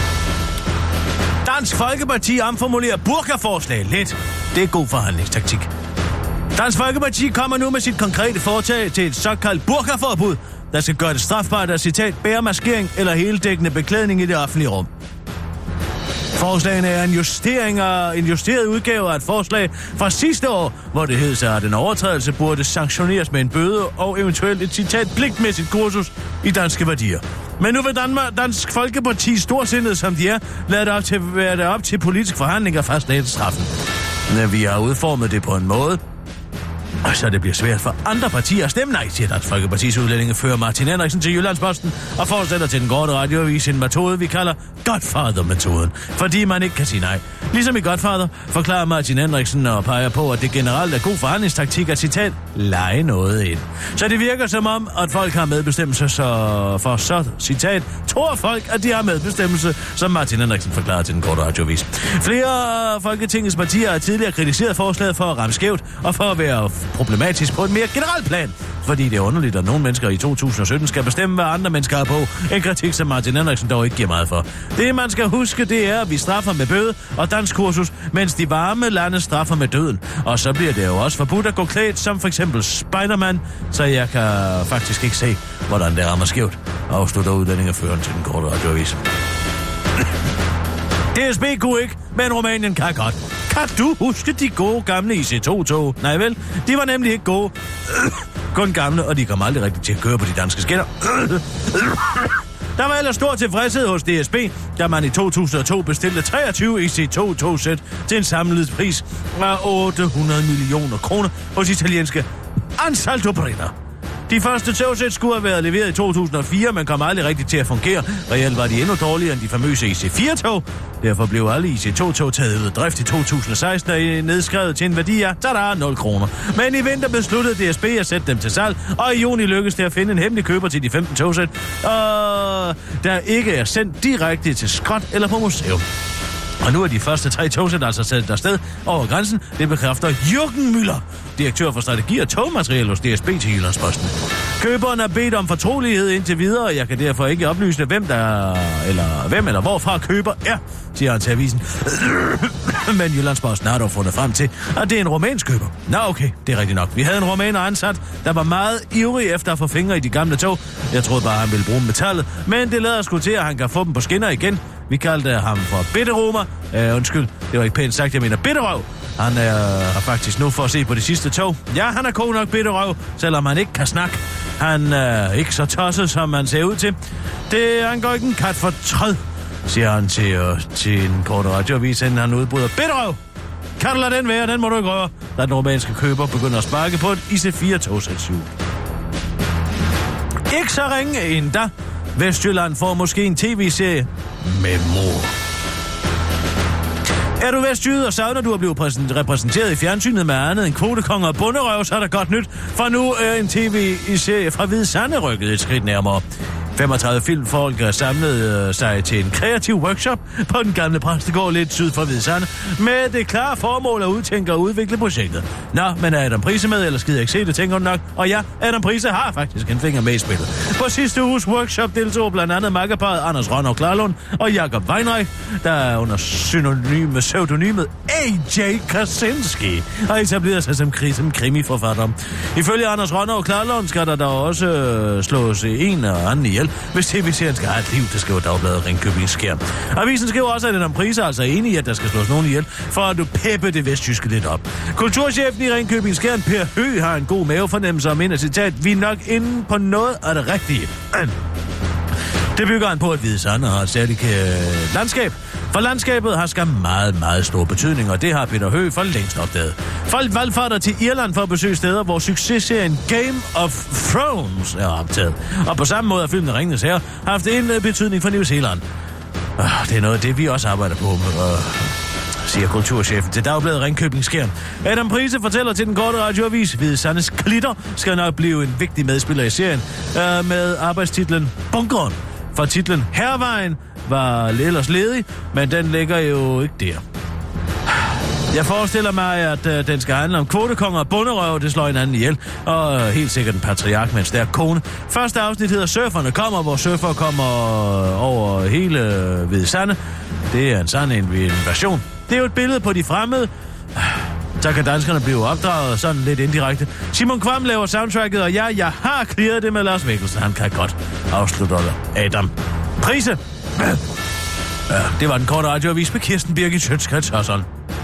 Dansk Folkeparti omformulerer burkaforslag lidt. Det er god forhandlingstaktik. Dansk Folkeparti kommer nu med sit konkrete forslag til et såkaldt burkaforbud, der skal gøre det strafbart at citat bære maskering eller heldækkende beklædning i det offentlige rum. Forslagene er en justering af en justeret udgave af et forslag fra sidste år, hvor det hed sig, at en overtrædelse burde sanktioneres med en bøde og eventuelt et citat pligtmæssigt kursus i danske værdier. Men nu vil Danmark, Dansk Folkeparti, storsindet som de er, lade det op til, være det op til politisk forhandling og fastlægge straffen. Men vi har udformet det på en måde, og så det bliver svært for andre partier at stemme nej, siger Dansk Folkepartis udlændingefører Martin Henriksen til Jyllandsposten og forestiller til den korte radioavis en metode, vi kalder Godfather-metoden, fordi man ikke kan sige nej. Ligesom i Godfather forklarer Martin Henriksen og peger på, at det generelt er god forhandlingstaktik at citat lege noget ind. Så det virker som om, at folk har medbestemmelse, så for så citat tror folk, at de har medbestemmelse, som Martin Henriksen forklarer til den korte radioavis. Flere af Folketingets partier har tidligere kritiseret forslaget for at ramme skævt og for at være problematisk på et mere generelt plan, fordi det er underligt, at nogle mennesker i to tusind og sytten skal bestemme, hvad andre mennesker har på. En kritik, som Martin Henriksen dog ikke giver meget for. Det, man skal huske, det er, at vi straffer med bøde og danskkursus, mens de varme lande straffer med døden. Og så bliver det jo også forbudt at gå klædt som for eksempel Spider-Man, så jeg kan faktisk ikke se, hvordan det rammer skævt, afslutter udlændingeføren til den korte radioavis. D S B kunne ikke, men Rumænien kan godt. Kan du huske de gode gamle I C to-tog? Nej vel, de var nemlig ikke gode. Kun gamle, og de kom aldrig rigtig til at køre på de danske skinner. Der var ellers stor tilfredshed hos D S B, da man i to tusind og to bestilte treogtyve I C to-togsæt til en samlet pris af otte hundrede millioner kroner hos italienske Ansaldo Brera. De første togsæt skulle have været leveret i to tusind og fire, men kom aldrig rigtigt til at fungere. Reelt var de endnu dårligere end de famøse I C fire-tog. Derfor blev alle I C to-tog taget ud af drift i to tusind og seksten og nedskrevet til en værdi af, tada, nul kroner. Men i vinter besluttede D S B at sætte dem til salg, og i juni lykkedes det at finde en hemmelig køber til de femten togsæt, og der ikke er sendt direkte til skrot eller på museum. Og nu er de første tre togsæt altså sat afsted over grænsen. Det bekræfter Jürgen Müller, direktør for strategi og togmateriel hos D S B til Jyllandsposten. Køberen er bedt om fortrolighed indtil videre, og jeg kan derfor ikke oplyse, hvem der eller hvem eller hvorfra køber er, siger han til avisen. Men Jyllandsposten har dog fundet frem til, at det er en rumænsk køber. Nå okay, det er rigtigt nok. Vi havde en rumæner ansat, der var meget ivrig efter at få fingre i de gamle tog. Jeg troede bare, han ville bruge metallet, men det lader sgu til, at han kan få dem på skinner igen. Vi kaldte ham for bitteromer. Uh, undskyld, det var ikke pænt sagt, jeg mener bitterøv. Han er uh, faktisk nu for at se på de sidste tog. Ja, han er god nok bitterøv, selvom han ikke kan snakke. Han er uh, ikke så tosset, som han ser ud til. Det han går ikke en kat for træd, siger han til, uh, til en kort radioavis, inden han udbryder bitterøv. Kan du lade den være, den må du ikke røre, da den romanske køber begynder at sparke på et I C fire-togsæt. Ikke så ringe endda. Vestjylland får måske en tv-serie med mor. Er du vestjyde og savner du at blive repræsenteret i fjernsynet med andet end kvotekonger og bunderøv, så er der godt nyt, for nu er en tv-serie fra Hvide Sande rykket et skridt nærmere. femogtredive filmfolk er samlet sig til en kreativ workshop på den gamle præstegård lidt syd for Hvide Sande, med det klare formål at udtænke og udvikle projektet. Nå, men er Adam Prise med, eller skider jeg ikke se det, tænker du nok? Og ja, Adam Prise har faktisk en finger med i spillet. På sidste uges workshop deltog blandt andet makkerparret Anders Rønner Klarlund og Jakob Weinreich, der er under synonyme pseudonymet A J Kaczynski, og etablerer sig som, kri- som krimiforfatter. Ifølge Anders Rønner og Klarlund skal der dog også øh, slås en og anden ihjel, hvis tv-serien skal have et liv, det skriver Dagbladet Ringkøbing Skjern. Avisen skriver også, at Adam Prise altså er enig i, at der skal slås nogen ihjel, for at du peppe det vestjyske lidt op. Kulturchefen i Ringkøbing Skjern, Per Høgh, har en god mavefornemmelse om ind og citat, vi er nok inde på noget af det rigtige. Det bygger han på, at Hvide Sande har et særligt øh, landskab. For landskabet har skam meget, meget stor betydning, og det har Peter Høgh for længst opdaget. Folk valgfarter til Irland for at besøge steder, hvor successerien Game of Thrones er optaget. Og på samme måde har filmen Ringenes Herre haft en betydning for New Zealand. Det er noget af det, vi også arbejder på, øh, siger kulturchefen til Dagbladet Ringkøbing Skjern. Adam Prise fortæller til den korte radioavis, Hvide Sandes Klitter skal nok blive en vigtig medspiller i serien øh, med arbejdstitlen Bunkeren. For titlen Hervejen var ellers ledig, men den ligger jo ikke der. Jeg forestiller mig, at øh, den skal handle om kvotekonger og bunderøv, det slår hinanden ihjel, og øh, helt sikkert en patriark med en stærk kone. Første afsnit hedder Surferne kommer, hvor surfer kommer over hele øh, Hvide Sande. Det er en sand invasion. Det er jo et billede på de fremmede. Så kan danskerne blive opdraget sådan lidt indirekte. Simon Kvam laver soundtracket, og ja, jeg har clearet det med Lars Mikkelsen. Han kan godt afslutte Adam Prise. Ja, det var den korte radioavis med Kirsten Birgit Schøtz-Krets Hørsholm.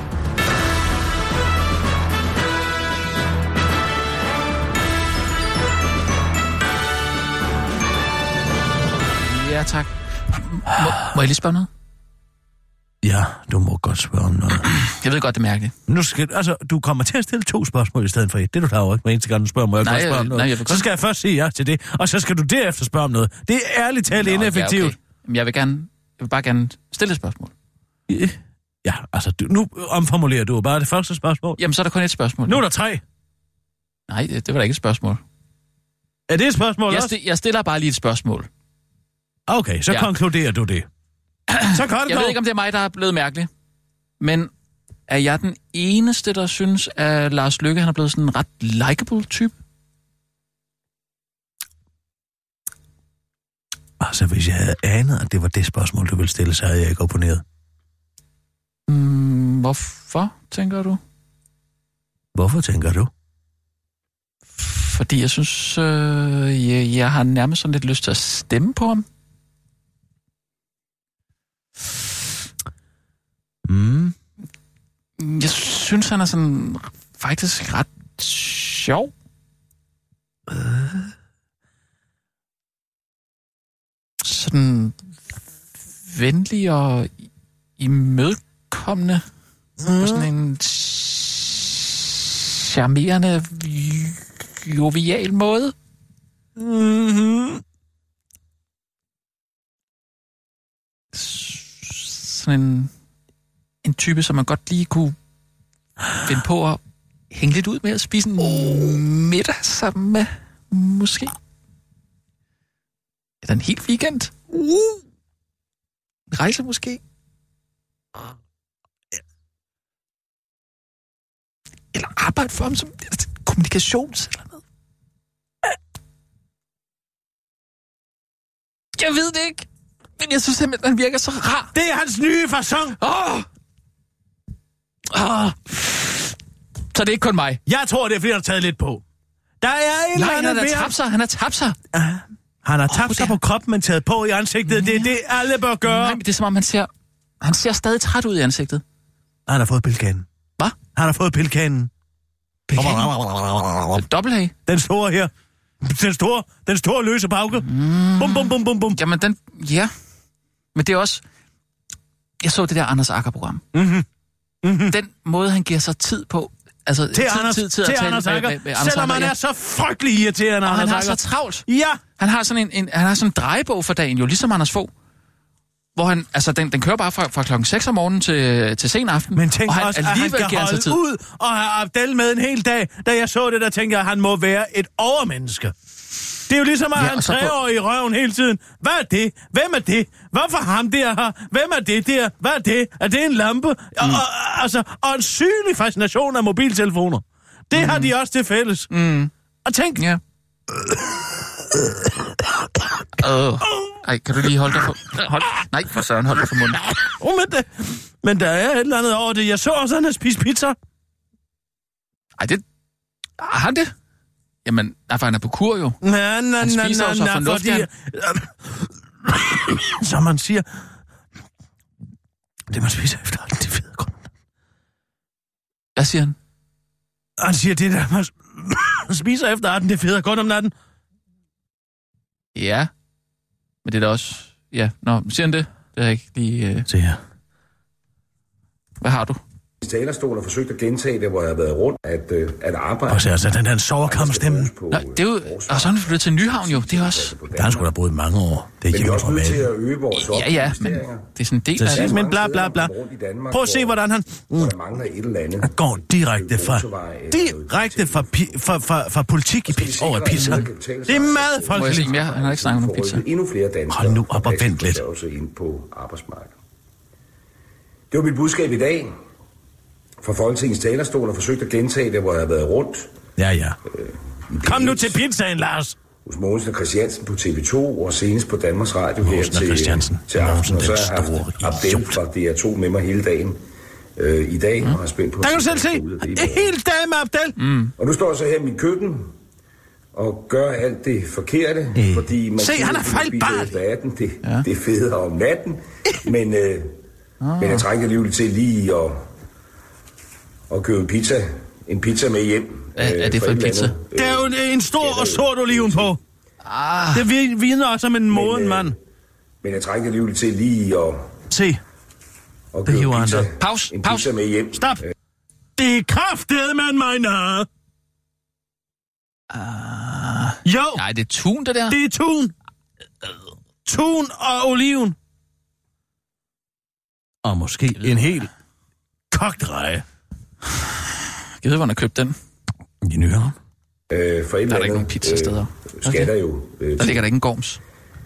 Ja, tak. Må, må jeg lige spørge noget? Ja, du må godt spørge om noget. Jeg ved godt, det er mærkeligt. Nu skal, altså, du kommer til at stille to spørgsmål i stedet for et. Det er du klar over, ikke? Hver eneste gang du spørger, må jeg nej, godt spørge om noget. Nej, jeg så skal jeg først sige ja til det, og så skal du derefter spørge om noget. Det er ærligt talt ineffektivt. Ja, okay. Men jeg vil, gerne, jeg vil bare gerne stille et spørgsmål. Ja, altså, du, nu omformulerer du bare det første spørgsmål. Jamen, så er der kun et spørgsmål. Nu er der tre. Nej, det, det var da ikke et spørgsmål. Er det et spørgsmål jeg også? Sti- jeg stiller bare lige et spørgsmål. Okay, så ja. Konkluderer du det. Så kan det Jeg gå. ved ikke, om det er mig, der er blevet mærkelig. Men er jeg den eneste, der synes, at Lars Løkke han er blevet sådan en ret likable type? Altså, hvis jeg havde anet, at det var det spørgsmål, du ville stille, så havde jeg ikke opponeret. Mm, hvorfor, tænker du? Hvorfor tænker du? Fordi jeg synes, øh, jeg, jeg har nærmest sådan lidt lyst til at stemme på ham. Mm. Jeg synes, han er sådan faktisk ret sjov. Øh. Sådan venlig og imødekommende. Mm. På sådan en charmerende, jovial måde. Mm-hmm. Sådan en, en type, som man godt lige kunne finde på at hænge lidt ud med at spise en oh. middag sammen med, måske. Eller en helt weekend. Uh. En rejse måske. Eller arbejde for ham som kommunikations eller noget. Jeg ved det ikke. Men jeg synes simpelthen, han virker så rar. Det er hans nye facon. Åh! Åh! Så det er ikke kun mig. Jeg tror, det er, fordi han har taget lidt på. Der er en Nej, eller anden han har ved... tabt sig. Han har tabt sig. Uh, han har tabt oh, sig på kroppen, men taget på i ansigtet. Ja. Det er det, alle bør gøre. Nej, men det er som om, han ser... Han ser stadig træt ud i ansigtet. Han har fået pilkanen. Hvad? Han har fået pilkanen. Pilkanen? Dobbelthage? Den store her. Den store, den store løse pauke. Mm. Bum, bum, bum, bum, bum. Jamen, den... Ja. Men det er også... Jeg så det der Anders Agger-program. Mm-hmm. Mm-hmm. Den måde, han giver sig tid på... Altså, til tid, Anders, tid, tid til at tale Anders med, Agger. med, med Anders Selvom han Agger, er ja. så frygtelig irriterende, og Anders han har Agger. så travlt. Ja. Han har sådan en, en, han har sådan en drejebog for dagen, jo ligesom Anders Fogh. Hvor han, altså, den, den kører bare fra, fra klokken seks om morgenen til, til sen aften. Men tænk og han, også, at han kan holde tid. ud og have Abdel med en hel dag. Da jeg så det, der tænker jeg, at han må være et overmenneske. Det er jo ligesom, at ja, han træver i røven hele tiden. Hvad er det? Hvem er det? Hvorfor ham der her? Hvem er det der? Hvad er det? Er det en lampe? Mm. Og, og, altså, og en sygelig fascination af mobiltelefoner. Det mm. har de også til fælles. Mm. Og tænk... Ja. Uh. Ej, kan du lige holde dig for... Hold... Nej, for søren, hold dig for munden. Oh, men, det... men der er et eller andet over det. Jeg så også, at han har spist pizza. Ej, det... Har han det? Jamen, derfor han er på kur jo. Nej, nej, han spiser nej, jo så nej, fornuftigt. Fordi, som man siger... Det man spiser efter, det ved jeg godt. Hvad siger han? Han siger, det der, man spiser efter arten, det feder godt om natten. Ja. Men det er da også... Ja, nå, siger han det? Det er ikke lige... Uh... Se her. Hvad har du? Talerstol og forsøgt at gentage det, hvor jeg har været rundt, at, øh, at arbejde... Og så altså den der soverkammerstemme. Nå, det er jo... Og så er han flyttet til Nyhavn jo, det er også... Der har sgu da boet mange år. Det er men vi er også nødt til at øge vores ja, ja, men det er sådan en del af det. Men bla, bla, bla. Prøv at se, hvordan han... Mm. Der mangler et eller andet. Han går direkte fra... Direkte fra, fra, fra, fra politik i pizza, over i pizza. Det er meget folkeligt. Må jeg Han har ikke snakket om pizza. Endnu flere danskere... Hold nu op og vent lidt. ...ind på arbejdsmarkedet. Det var mit budskab i dag... fra Folketingets talerstol og forsøgt at gentage det, hvor jeg har været rundt. Ja, ja. Øh, Kom nu til pizzaen, Lars. Hos Mogensen og Christiansen på T V to, og senest på Danmarks Radio her til, til aften. Mogensen, og så har jeg haft Abdel fra D R to med mig hele dagen øh, i dag, mm. og har spændt på... Der kan du selv se. Hele dagen med Abdel. Mm. Og nu står jeg så her i mit køkken og gør alt det forkerte, øh. fordi man... Se, han er fejlbart. Det, ja. det er federe om natten, men, øh, ah. men jeg trænger alligevel til lige at... og købe en pizza, en pizza med hjem. Er, er det for en pizza? Det er jo en stor og sort oliven på. Ah. Det vidner også om en moden mand. Men jeg trænger alligevel til lige at... Se. Og købe en pizza, Pause. en Pause. pizza med hjem. Stop. Det er kraftedet, man mener. Uh, jo. Nej, det er tun, det der. Det er tun. Tun og oliven. Og måske en hel kogt reje. Jeg ved, hvor han har købt den. I Nyhavn. Øh, for et der er der ikke nogen pizzasteder. Øh, skal der jo... Øh, der ligger der ikke en gorms.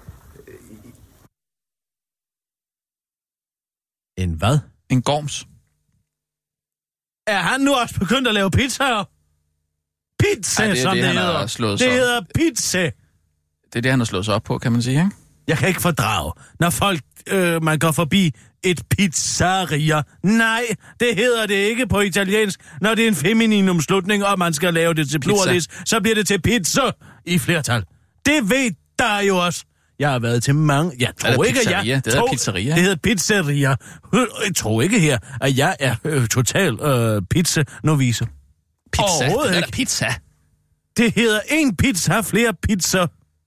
En hvad? En gorms. Er han nu også begyndt at lave pizzaer? Pizza, Ej, det som det, det hedder. Det sig. hedder pizza. Det er det, han har slået sig op på, kan man sige, ikke? Jeg kan ikke fordrage, når folk, øh, man går forbi et pizzeria. Nej, det hedder det ikke på italiensk. Når det er en femininumslutning, og man skal lave det til pluralis, så bliver det til pizza i flertal. Det ved der jo også. Jeg har været til mange... Jeg tror ikke, at jeg... Det hedder pizzeria. Det hedder pizzeria. Jeg tror ikke her, at jeg er øh, total øh, pizza-novise. Pizza? Det er pizza. Det hedder en pizza, flere pizza.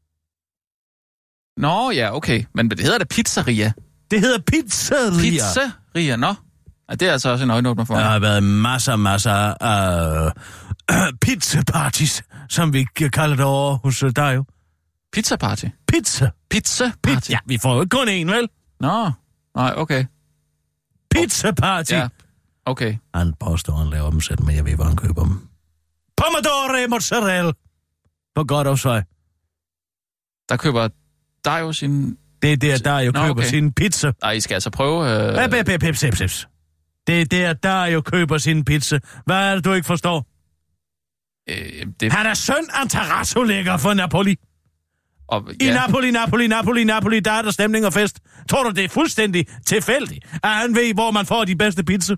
Nå, ja, okay. Men det hedder da pizzeria. Det hedder pizzeria. Pizzeria, nå. Ja, det er altså også en øjenåbner for mig. Der har været masser, masser af øh, pizzaparties, som vi kalder det over hos dig jo. Pizza party? Pizza. Pizza Pizza. party? Ja, vi får jo ikke kun én, vel? Nå, nej, okay. Pizza party. Ja, okay. Han påstår, han laver dem selv, men jeg ved, hvor han køber dem. Pomodoro mozzarella. På Godthåbsvej. Der køber dig jo sin... Det er der, der jo Nå, køber okay. sin pizza. Nej, I skal altså prøve... Øh... Ja, pip, pip, pip, pip, pip. Det er der, der jo køber sin pizza. Hvad er det, du ikke forstår? Øh, det... Han er søn af Tarazzo lægger for Napoli. Og, I ja. Napoli, Napoli, Napoli, Napoli, der er der stemning og fest. Tror du, det er fuldstændig tilfældigt, at han ved, hvor man får de bedste pizza?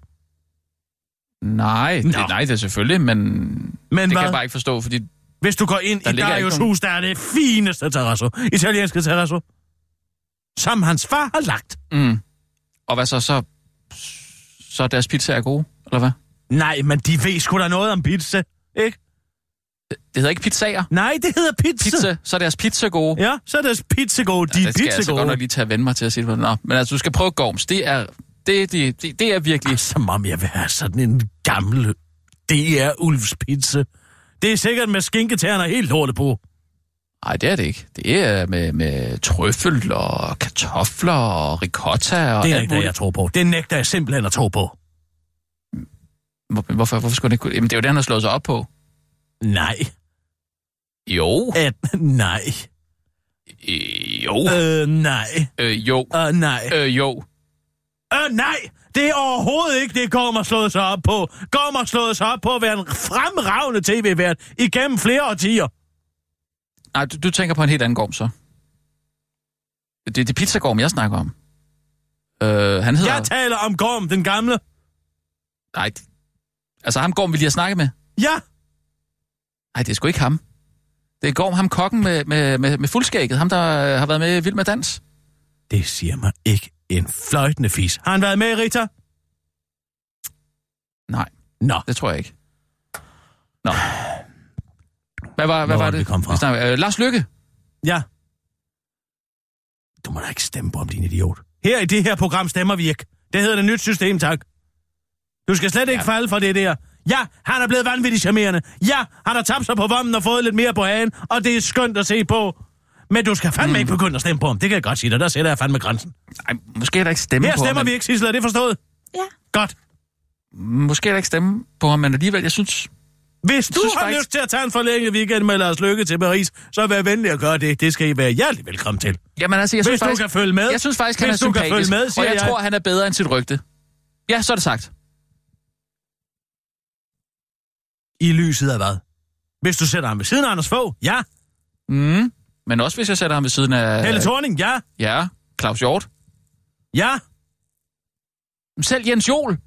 Nej, det, nej, det er selvfølgelig, men, men det hvad? kan jeg bare ikke forstå, fordi... Hvis du går ind Der i ligger Darius ikke nogen- hus, der er det fineste terrazzo. Italienske terrazzo. Som hans far har lagt. Mm. Og hvad så, så... Så deres pizza er gode, eller hvad? Nej, men de ved sgu da noget om pizza, ikke? Det, det hedder ikke pizzaer. Nej, det hedder pizza. Pizza, så er deres pizza gode. Ja, så er deres pizza gode. De Ja, er det skal jeg pizza altså godt gode. nok lige tage at vende mig til at sige det. Nå, men altså, du skal prøve Gorms. Det er, det, det, det, det er virkelig... Som om jeg vil have sådan en gammel D R Ulfs pizza. Det er sikkert med skinketærne og helt lortet på. Nej, det er det ikke. Det er med, med trøffel og kartofler og ricotta og Det er alt ikke det, muligt. jeg tror på. Det nægter jeg simpelthen at tro på. Hvor- Hvorfor, hvorfor skulle det ikke kunne... Jamen, det er jo det, han har slået sig op på. Nej. Jo. At, nej. Øh, jo. Øh, nej. Øh, jo. Øh, nej. Øh, jo. Øh, nej. Det er overhovedet ikke det, Gorm har slået sig op på. Gorm har slået sig op på at være en fremragende tv-vært igennem flere årtier. Nej, du, du tænker på en helt anden Gorm, så. Det er det pizzagorm, jeg snakker om. Øh, han hedder... Jeg taler om Gorm, den gamle. Nej, altså ham Gorm, vi lige har snakket med. Ja. Nej, det er sgu ikke ham. Det er Gorm, ham kokken med, med, med, med fuldskægget. Ham, der øh, har været med i Vild med Dans. Det siger mig ikke en fløjtende fis. Har han været med, Rita? Nej, Nå. det tror jeg ikke. Nå. Hvad var, hvad Hvor var er det? vi kom fra? Vi snakker, øh, Lars Løkke. Ja. Du må da ikke stemme på ham, din idiot. Her i det her program stemmer vi ikke. Det hedder det nyt system, tak. Du skal slet ikke Ja. falde for det der. Ja, han er blevet vanvittigt charmerende. Ja, han har tabt sig på vommen og fået lidt mere på hagen, og det er skønt at se på. Men du skal fandme mm. ikke begynde at stemme på ham. Det kan jeg godt sige dig. Der sætter jeg fandme grænsen. Ej, måske er der ikke stemme Her på stemmer ham. vi ikke, Sissel. Er det forstået? Ja. Godt. Men, måske er der ikke stemme på ham, men alligevel, jeg synes... Hvis du synes har faktisk- lyst til at tage en forlænget weekend med Lars Løkke til Paris, så vær venlig at gøre det. Det skal I være hjertelig velkommen til. Jamen altså, jeg Hvis synes du faktisk... kan følge med. Jeg synes faktisk, han Hvis er du kan sympatisk, følge med, siger og jeg, jeg. tror, han er bedre end sit rygte. Ja, så er det sagt. I lyset af hvad? Hvis du sætter ham ved siden af Anders Fogh, ja. Mm. Men også hvis jeg sætter ham ved siden af... Helle Thorning, ja. Ja, Claus Hjort. Ja. Selv Jens Joel.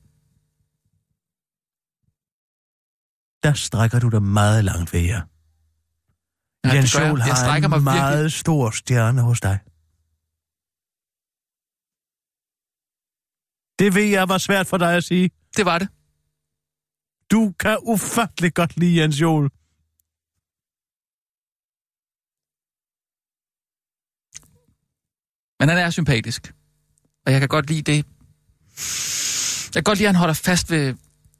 Der strækker du dig meget langt ved jer. Ja, Jens det gør jeg. Joel Jeg har strækker en mig meget virkelig. stor stjerne hos dig. Det ved jeg var svært for dig at sige. Det var det. Du kan ufatteligt godt lide Jens Joel. Men han er sympatisk. Og jeg kan godt lide det. Jeg kan godt lide, at han holder fast ved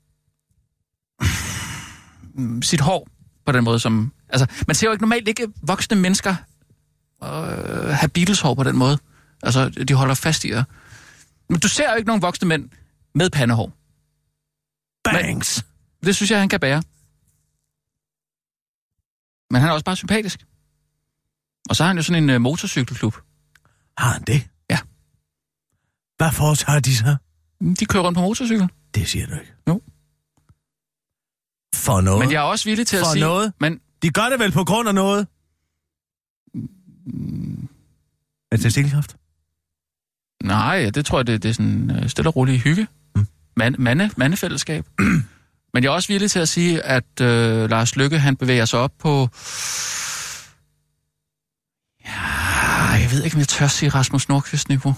sit hår på den måde, som... Altså, man ser jo ikke normalt ikke voksne mennesker øh, have Beatles-hår på den måde. Altså, de holder fast i det. Men du ser jo ikke nogen voksne mænd med pandehår. Bangs! Men, det synes jeg, han kan bære. Men han er også bare sympatisk. Og så har han jo sådan en øh, motorcykelklub. Har han det? Ja. Hvad foretager de så? De kører rundt på motorcykel. Det siger du ikke. Jo. For noget? Men jeg er også villig til at For sige... noget? Men De gør det vel på grund af noget? Mm. Er det testikkelkræft? nej, det tror jeg, det, det er sådan øh, stille og rolig hygge. Mm. Man, mande, mandefællesskab. Men jeg er også villig til at sige, at øh, Lars Løkke, han bevæger sig op på... Ja, jeg ved ikke, om jeg tør sige Rasmus Nordqvist-niveau.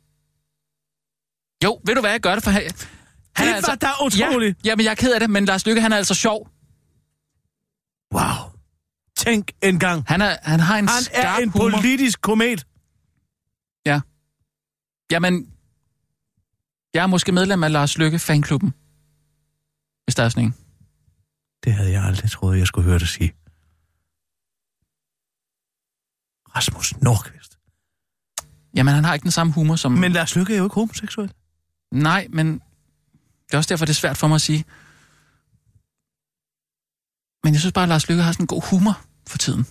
Jo, ved du hvad, jeg gør det for... Han, han Det var da utroligt. Ja, jamen jeg er ked af det, men Lars Løkke, han er altså sjov. Wow. Tænk engang. Han, er, han har en Han er skarp en humor. politisk komet. Ja. Jamen, jeg er måske medlem af Lars Løkke fanklubben. Hvis der er sådan en. Det havde jeg aldrig troet, jeg skulle høre dig sige. Rasmus Nordqvist. Jamen, han har ikke den samme humor som... Men Lars Løkke er jo ikke homoseksuel. Nej, men det er også derfor, det er svært for mig at sige. Men jeg synes bare, at Lars Løkke har sådan en god humor for tiden.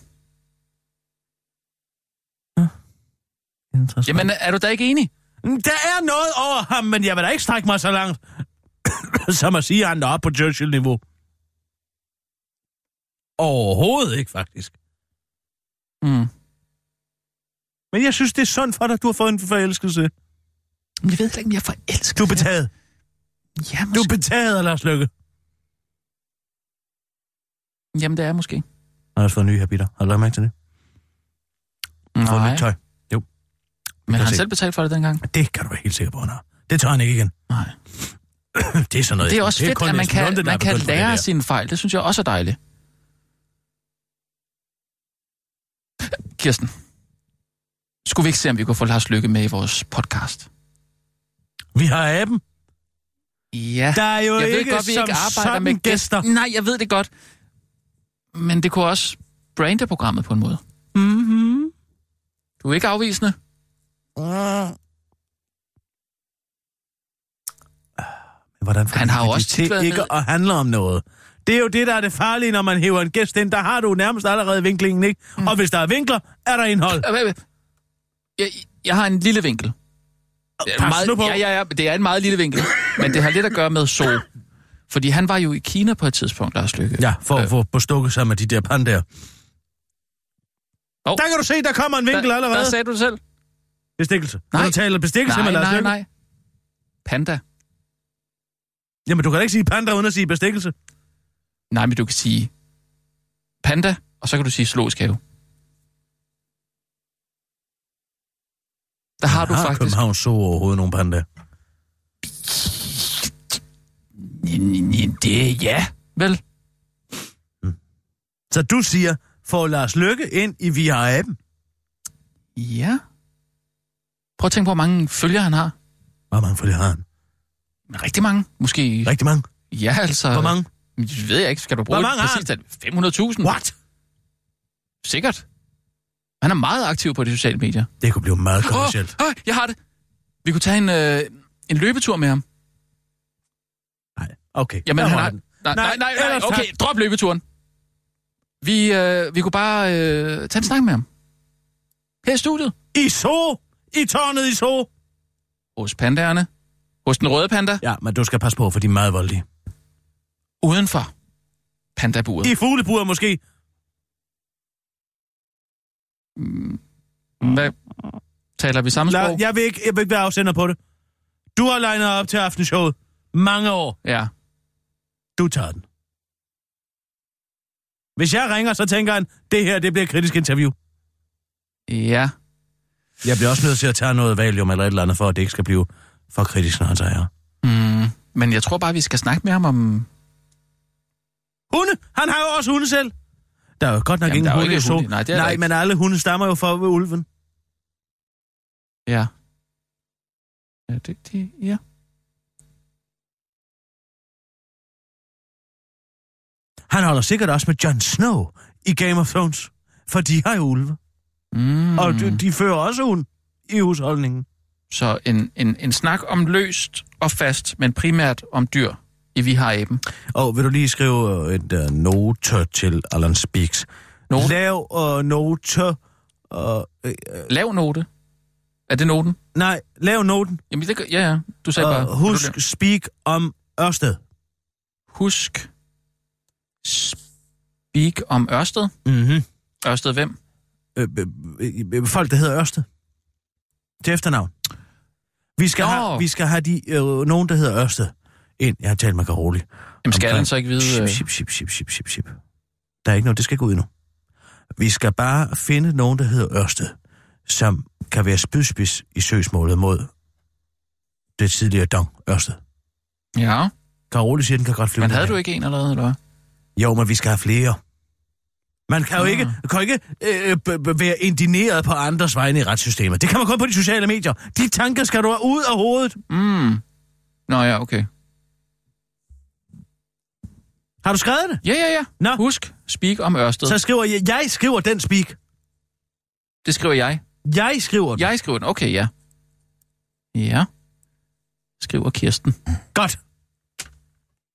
Ja. Jamen, er du da ikke enig? Der er noget over ham, men jeg vil da ikke strække mig så langt, som at sige, at han er oppe på Churchill-niveau. Overhovedet ikke, faktisk. Mm. Men jeg synes, det er sundt for dig, at du har fået en forelskelse. Men jeg ved ikke, om jeg er forelsket. Du er betaget. Ja, måske. Du er betaget af Lars Løkke. Jamen, det er måske. Han har også fået nye habiter. Har du lagt mærke til det? Han har fået nyt tøj. Jo. Men har han selv betalt for det dengang? Det kan du være helt sikker på, han har. Det tager han ikke igen. Nej. Det er sådan noget. Det er også det er fedt, at man kan, Lunde, man kan lære sine fejl. Det synes jeg også er dejligt. Kirsten, skulle vi ikke se, om vi kunne få Lars Løkke med i vores podcast? Vi har aben. Ja. Der er jo jeg ikke ved godt, vi som ikke arbejder med gæster. Nej, jeg ved det godt. Men det kunne også brande programmet på en måde. Mhm. Du er ikke afvisende? Mm. Hvordan han har jo også til ikke med... at handle om noget. Det er jo det, der er det farlige, når man hæver en gæst ind. Der har du nærmest allerede vinklingen, ikke? Mm. Og hvis der er vinkler, er der indhold. Jeg, jeg har en lille vinkel. Det er, meget, ja, ja, ja, det er en meget lille vinkel. Men det har lidt at gøre med så. Fordi han var jo i Kina på et tidspunkt, Lars Løkke. Ja, for at få bestukket sig med de der pandaer. Oh. Der kan du se, der kommer en vinkel der, allerede. Der sagde du det selv. Bestikkelse. Nej. Du taler bestikkelse nej, med Lars nej, Løkke. Nej, nej, panda. Jamen, du kan da ikke sige panda uden at sige bestikkelse. Nej, men du kan sige panda, og så kan du sige zoologisk have. Der har, har du faktisk... København så overhovedet nogle pandaer? Det ja, vel? Hmm. Så du siger, får Lars Løkke ind i V R-appen? Ja. Prøv at tænke på, hvor mange følgere han har. Hvor mange følgere har han? Rigtig mange, måske. Rigtig mange? Ja, altså... Hvor mange? Det ved jeg ikke. Skal du bruge hvor mange det præcis? fem hundrede tusind? What? Sikkert. Han er meget aktiv på de sociale medier. Det kunne blive meget kommercielt. Åh, oh, oh, jeg har det. Vi kunne tage en, øh, en løbetur med ham. Nej, okay. Jamen, han har... Nej, nej, nej, nej, okay, drop løbeturen. Vi, øh, vi kunne bare øh, tage en snak med ham. Her i studiet. I Zoo? I tårnet i Zoo? Hos pandaerne. Hos den røde panda. Ja, men du skal passe på, for de er meget voldelige. Udenfor pandaburet. I fugleburet måske? Hvad? Taler vi samme sprog? Jeg vil ikke, jeg vil ikke være afsender på det. Du har legnet op til aftenshowet. Mange år. Ja. Du tager den. Hvis jeg ringer, så tænker han, det her, det bliver et kritisk interview. Ja. Jeg bliver også nødt til at tage noget valium eller et eller andet, for at det ikke skal blive for kritisk, når han tager her. Mm, men jeg tror bare, vi skal snakke med ham om... Hunde! Han har jo også hunde selv. Der er jo godt nok Jamen, ingen hunde i hunde. Nej, det er Nej, men alle hunde stammer jo fra ulven. Ja. Ja, det, det, ja. Han holder sikkert også med Jon Snow i Game of Thrones, for de har jo ulve. Mm. Og de, de fører også hund i husholdningen. Så en, en, en snak om løst og fast, men primært om dyr i Vi har aben. Og vil du lige skrive et uh, note til Allan Speaks? Note? Lav uh, note... Uh, uh, lav note? Er det noten? Nej, lav noten. Jamen, det, ja, ja. Du sagde uh, bare... Husk speak om Ørsted. Husk speak om Ørsted? Mhm. Ørsted hvem? Øh, øh, folk, der hedder Ørsted. Til efternavn. Vi skal, oh. have, vi skal have de, øh, nogen, der hedder Ørsted ind. Jeg har talt med Karoli. Jamen skal han så ikke vide... Ship, ship, ship, ship, ship, ship, ship. Der er ikke noget, det skal gå ud endnu. Vi skal bare finde nogen, der hedder Ørsted, som kan være spydspids i søgsmålet mod det tidligere dong Ørsted. Ja. Karoli siger, den kan godt flyve. Men havde du ikke en allerede, eller hvad? Jo, men vi skal have flere. Man kan jo ikke, kan ikke øh, b- b- være indineret på andres vegne i retssystemet. Det kan man kun på de sociale medier. De tanker skal du have ud af hovedet. Mm. Nå ja, okay. Har du skrevet det? Ja, ja, ja. Nå. Husk, speak om Ørsted. Så skriver jeg, jeg skriver den speak. Det skriver jeg. Jeg skriver den. Jeg skriver den. Okay, ja. Ja. Skriver Kirsten. Godt.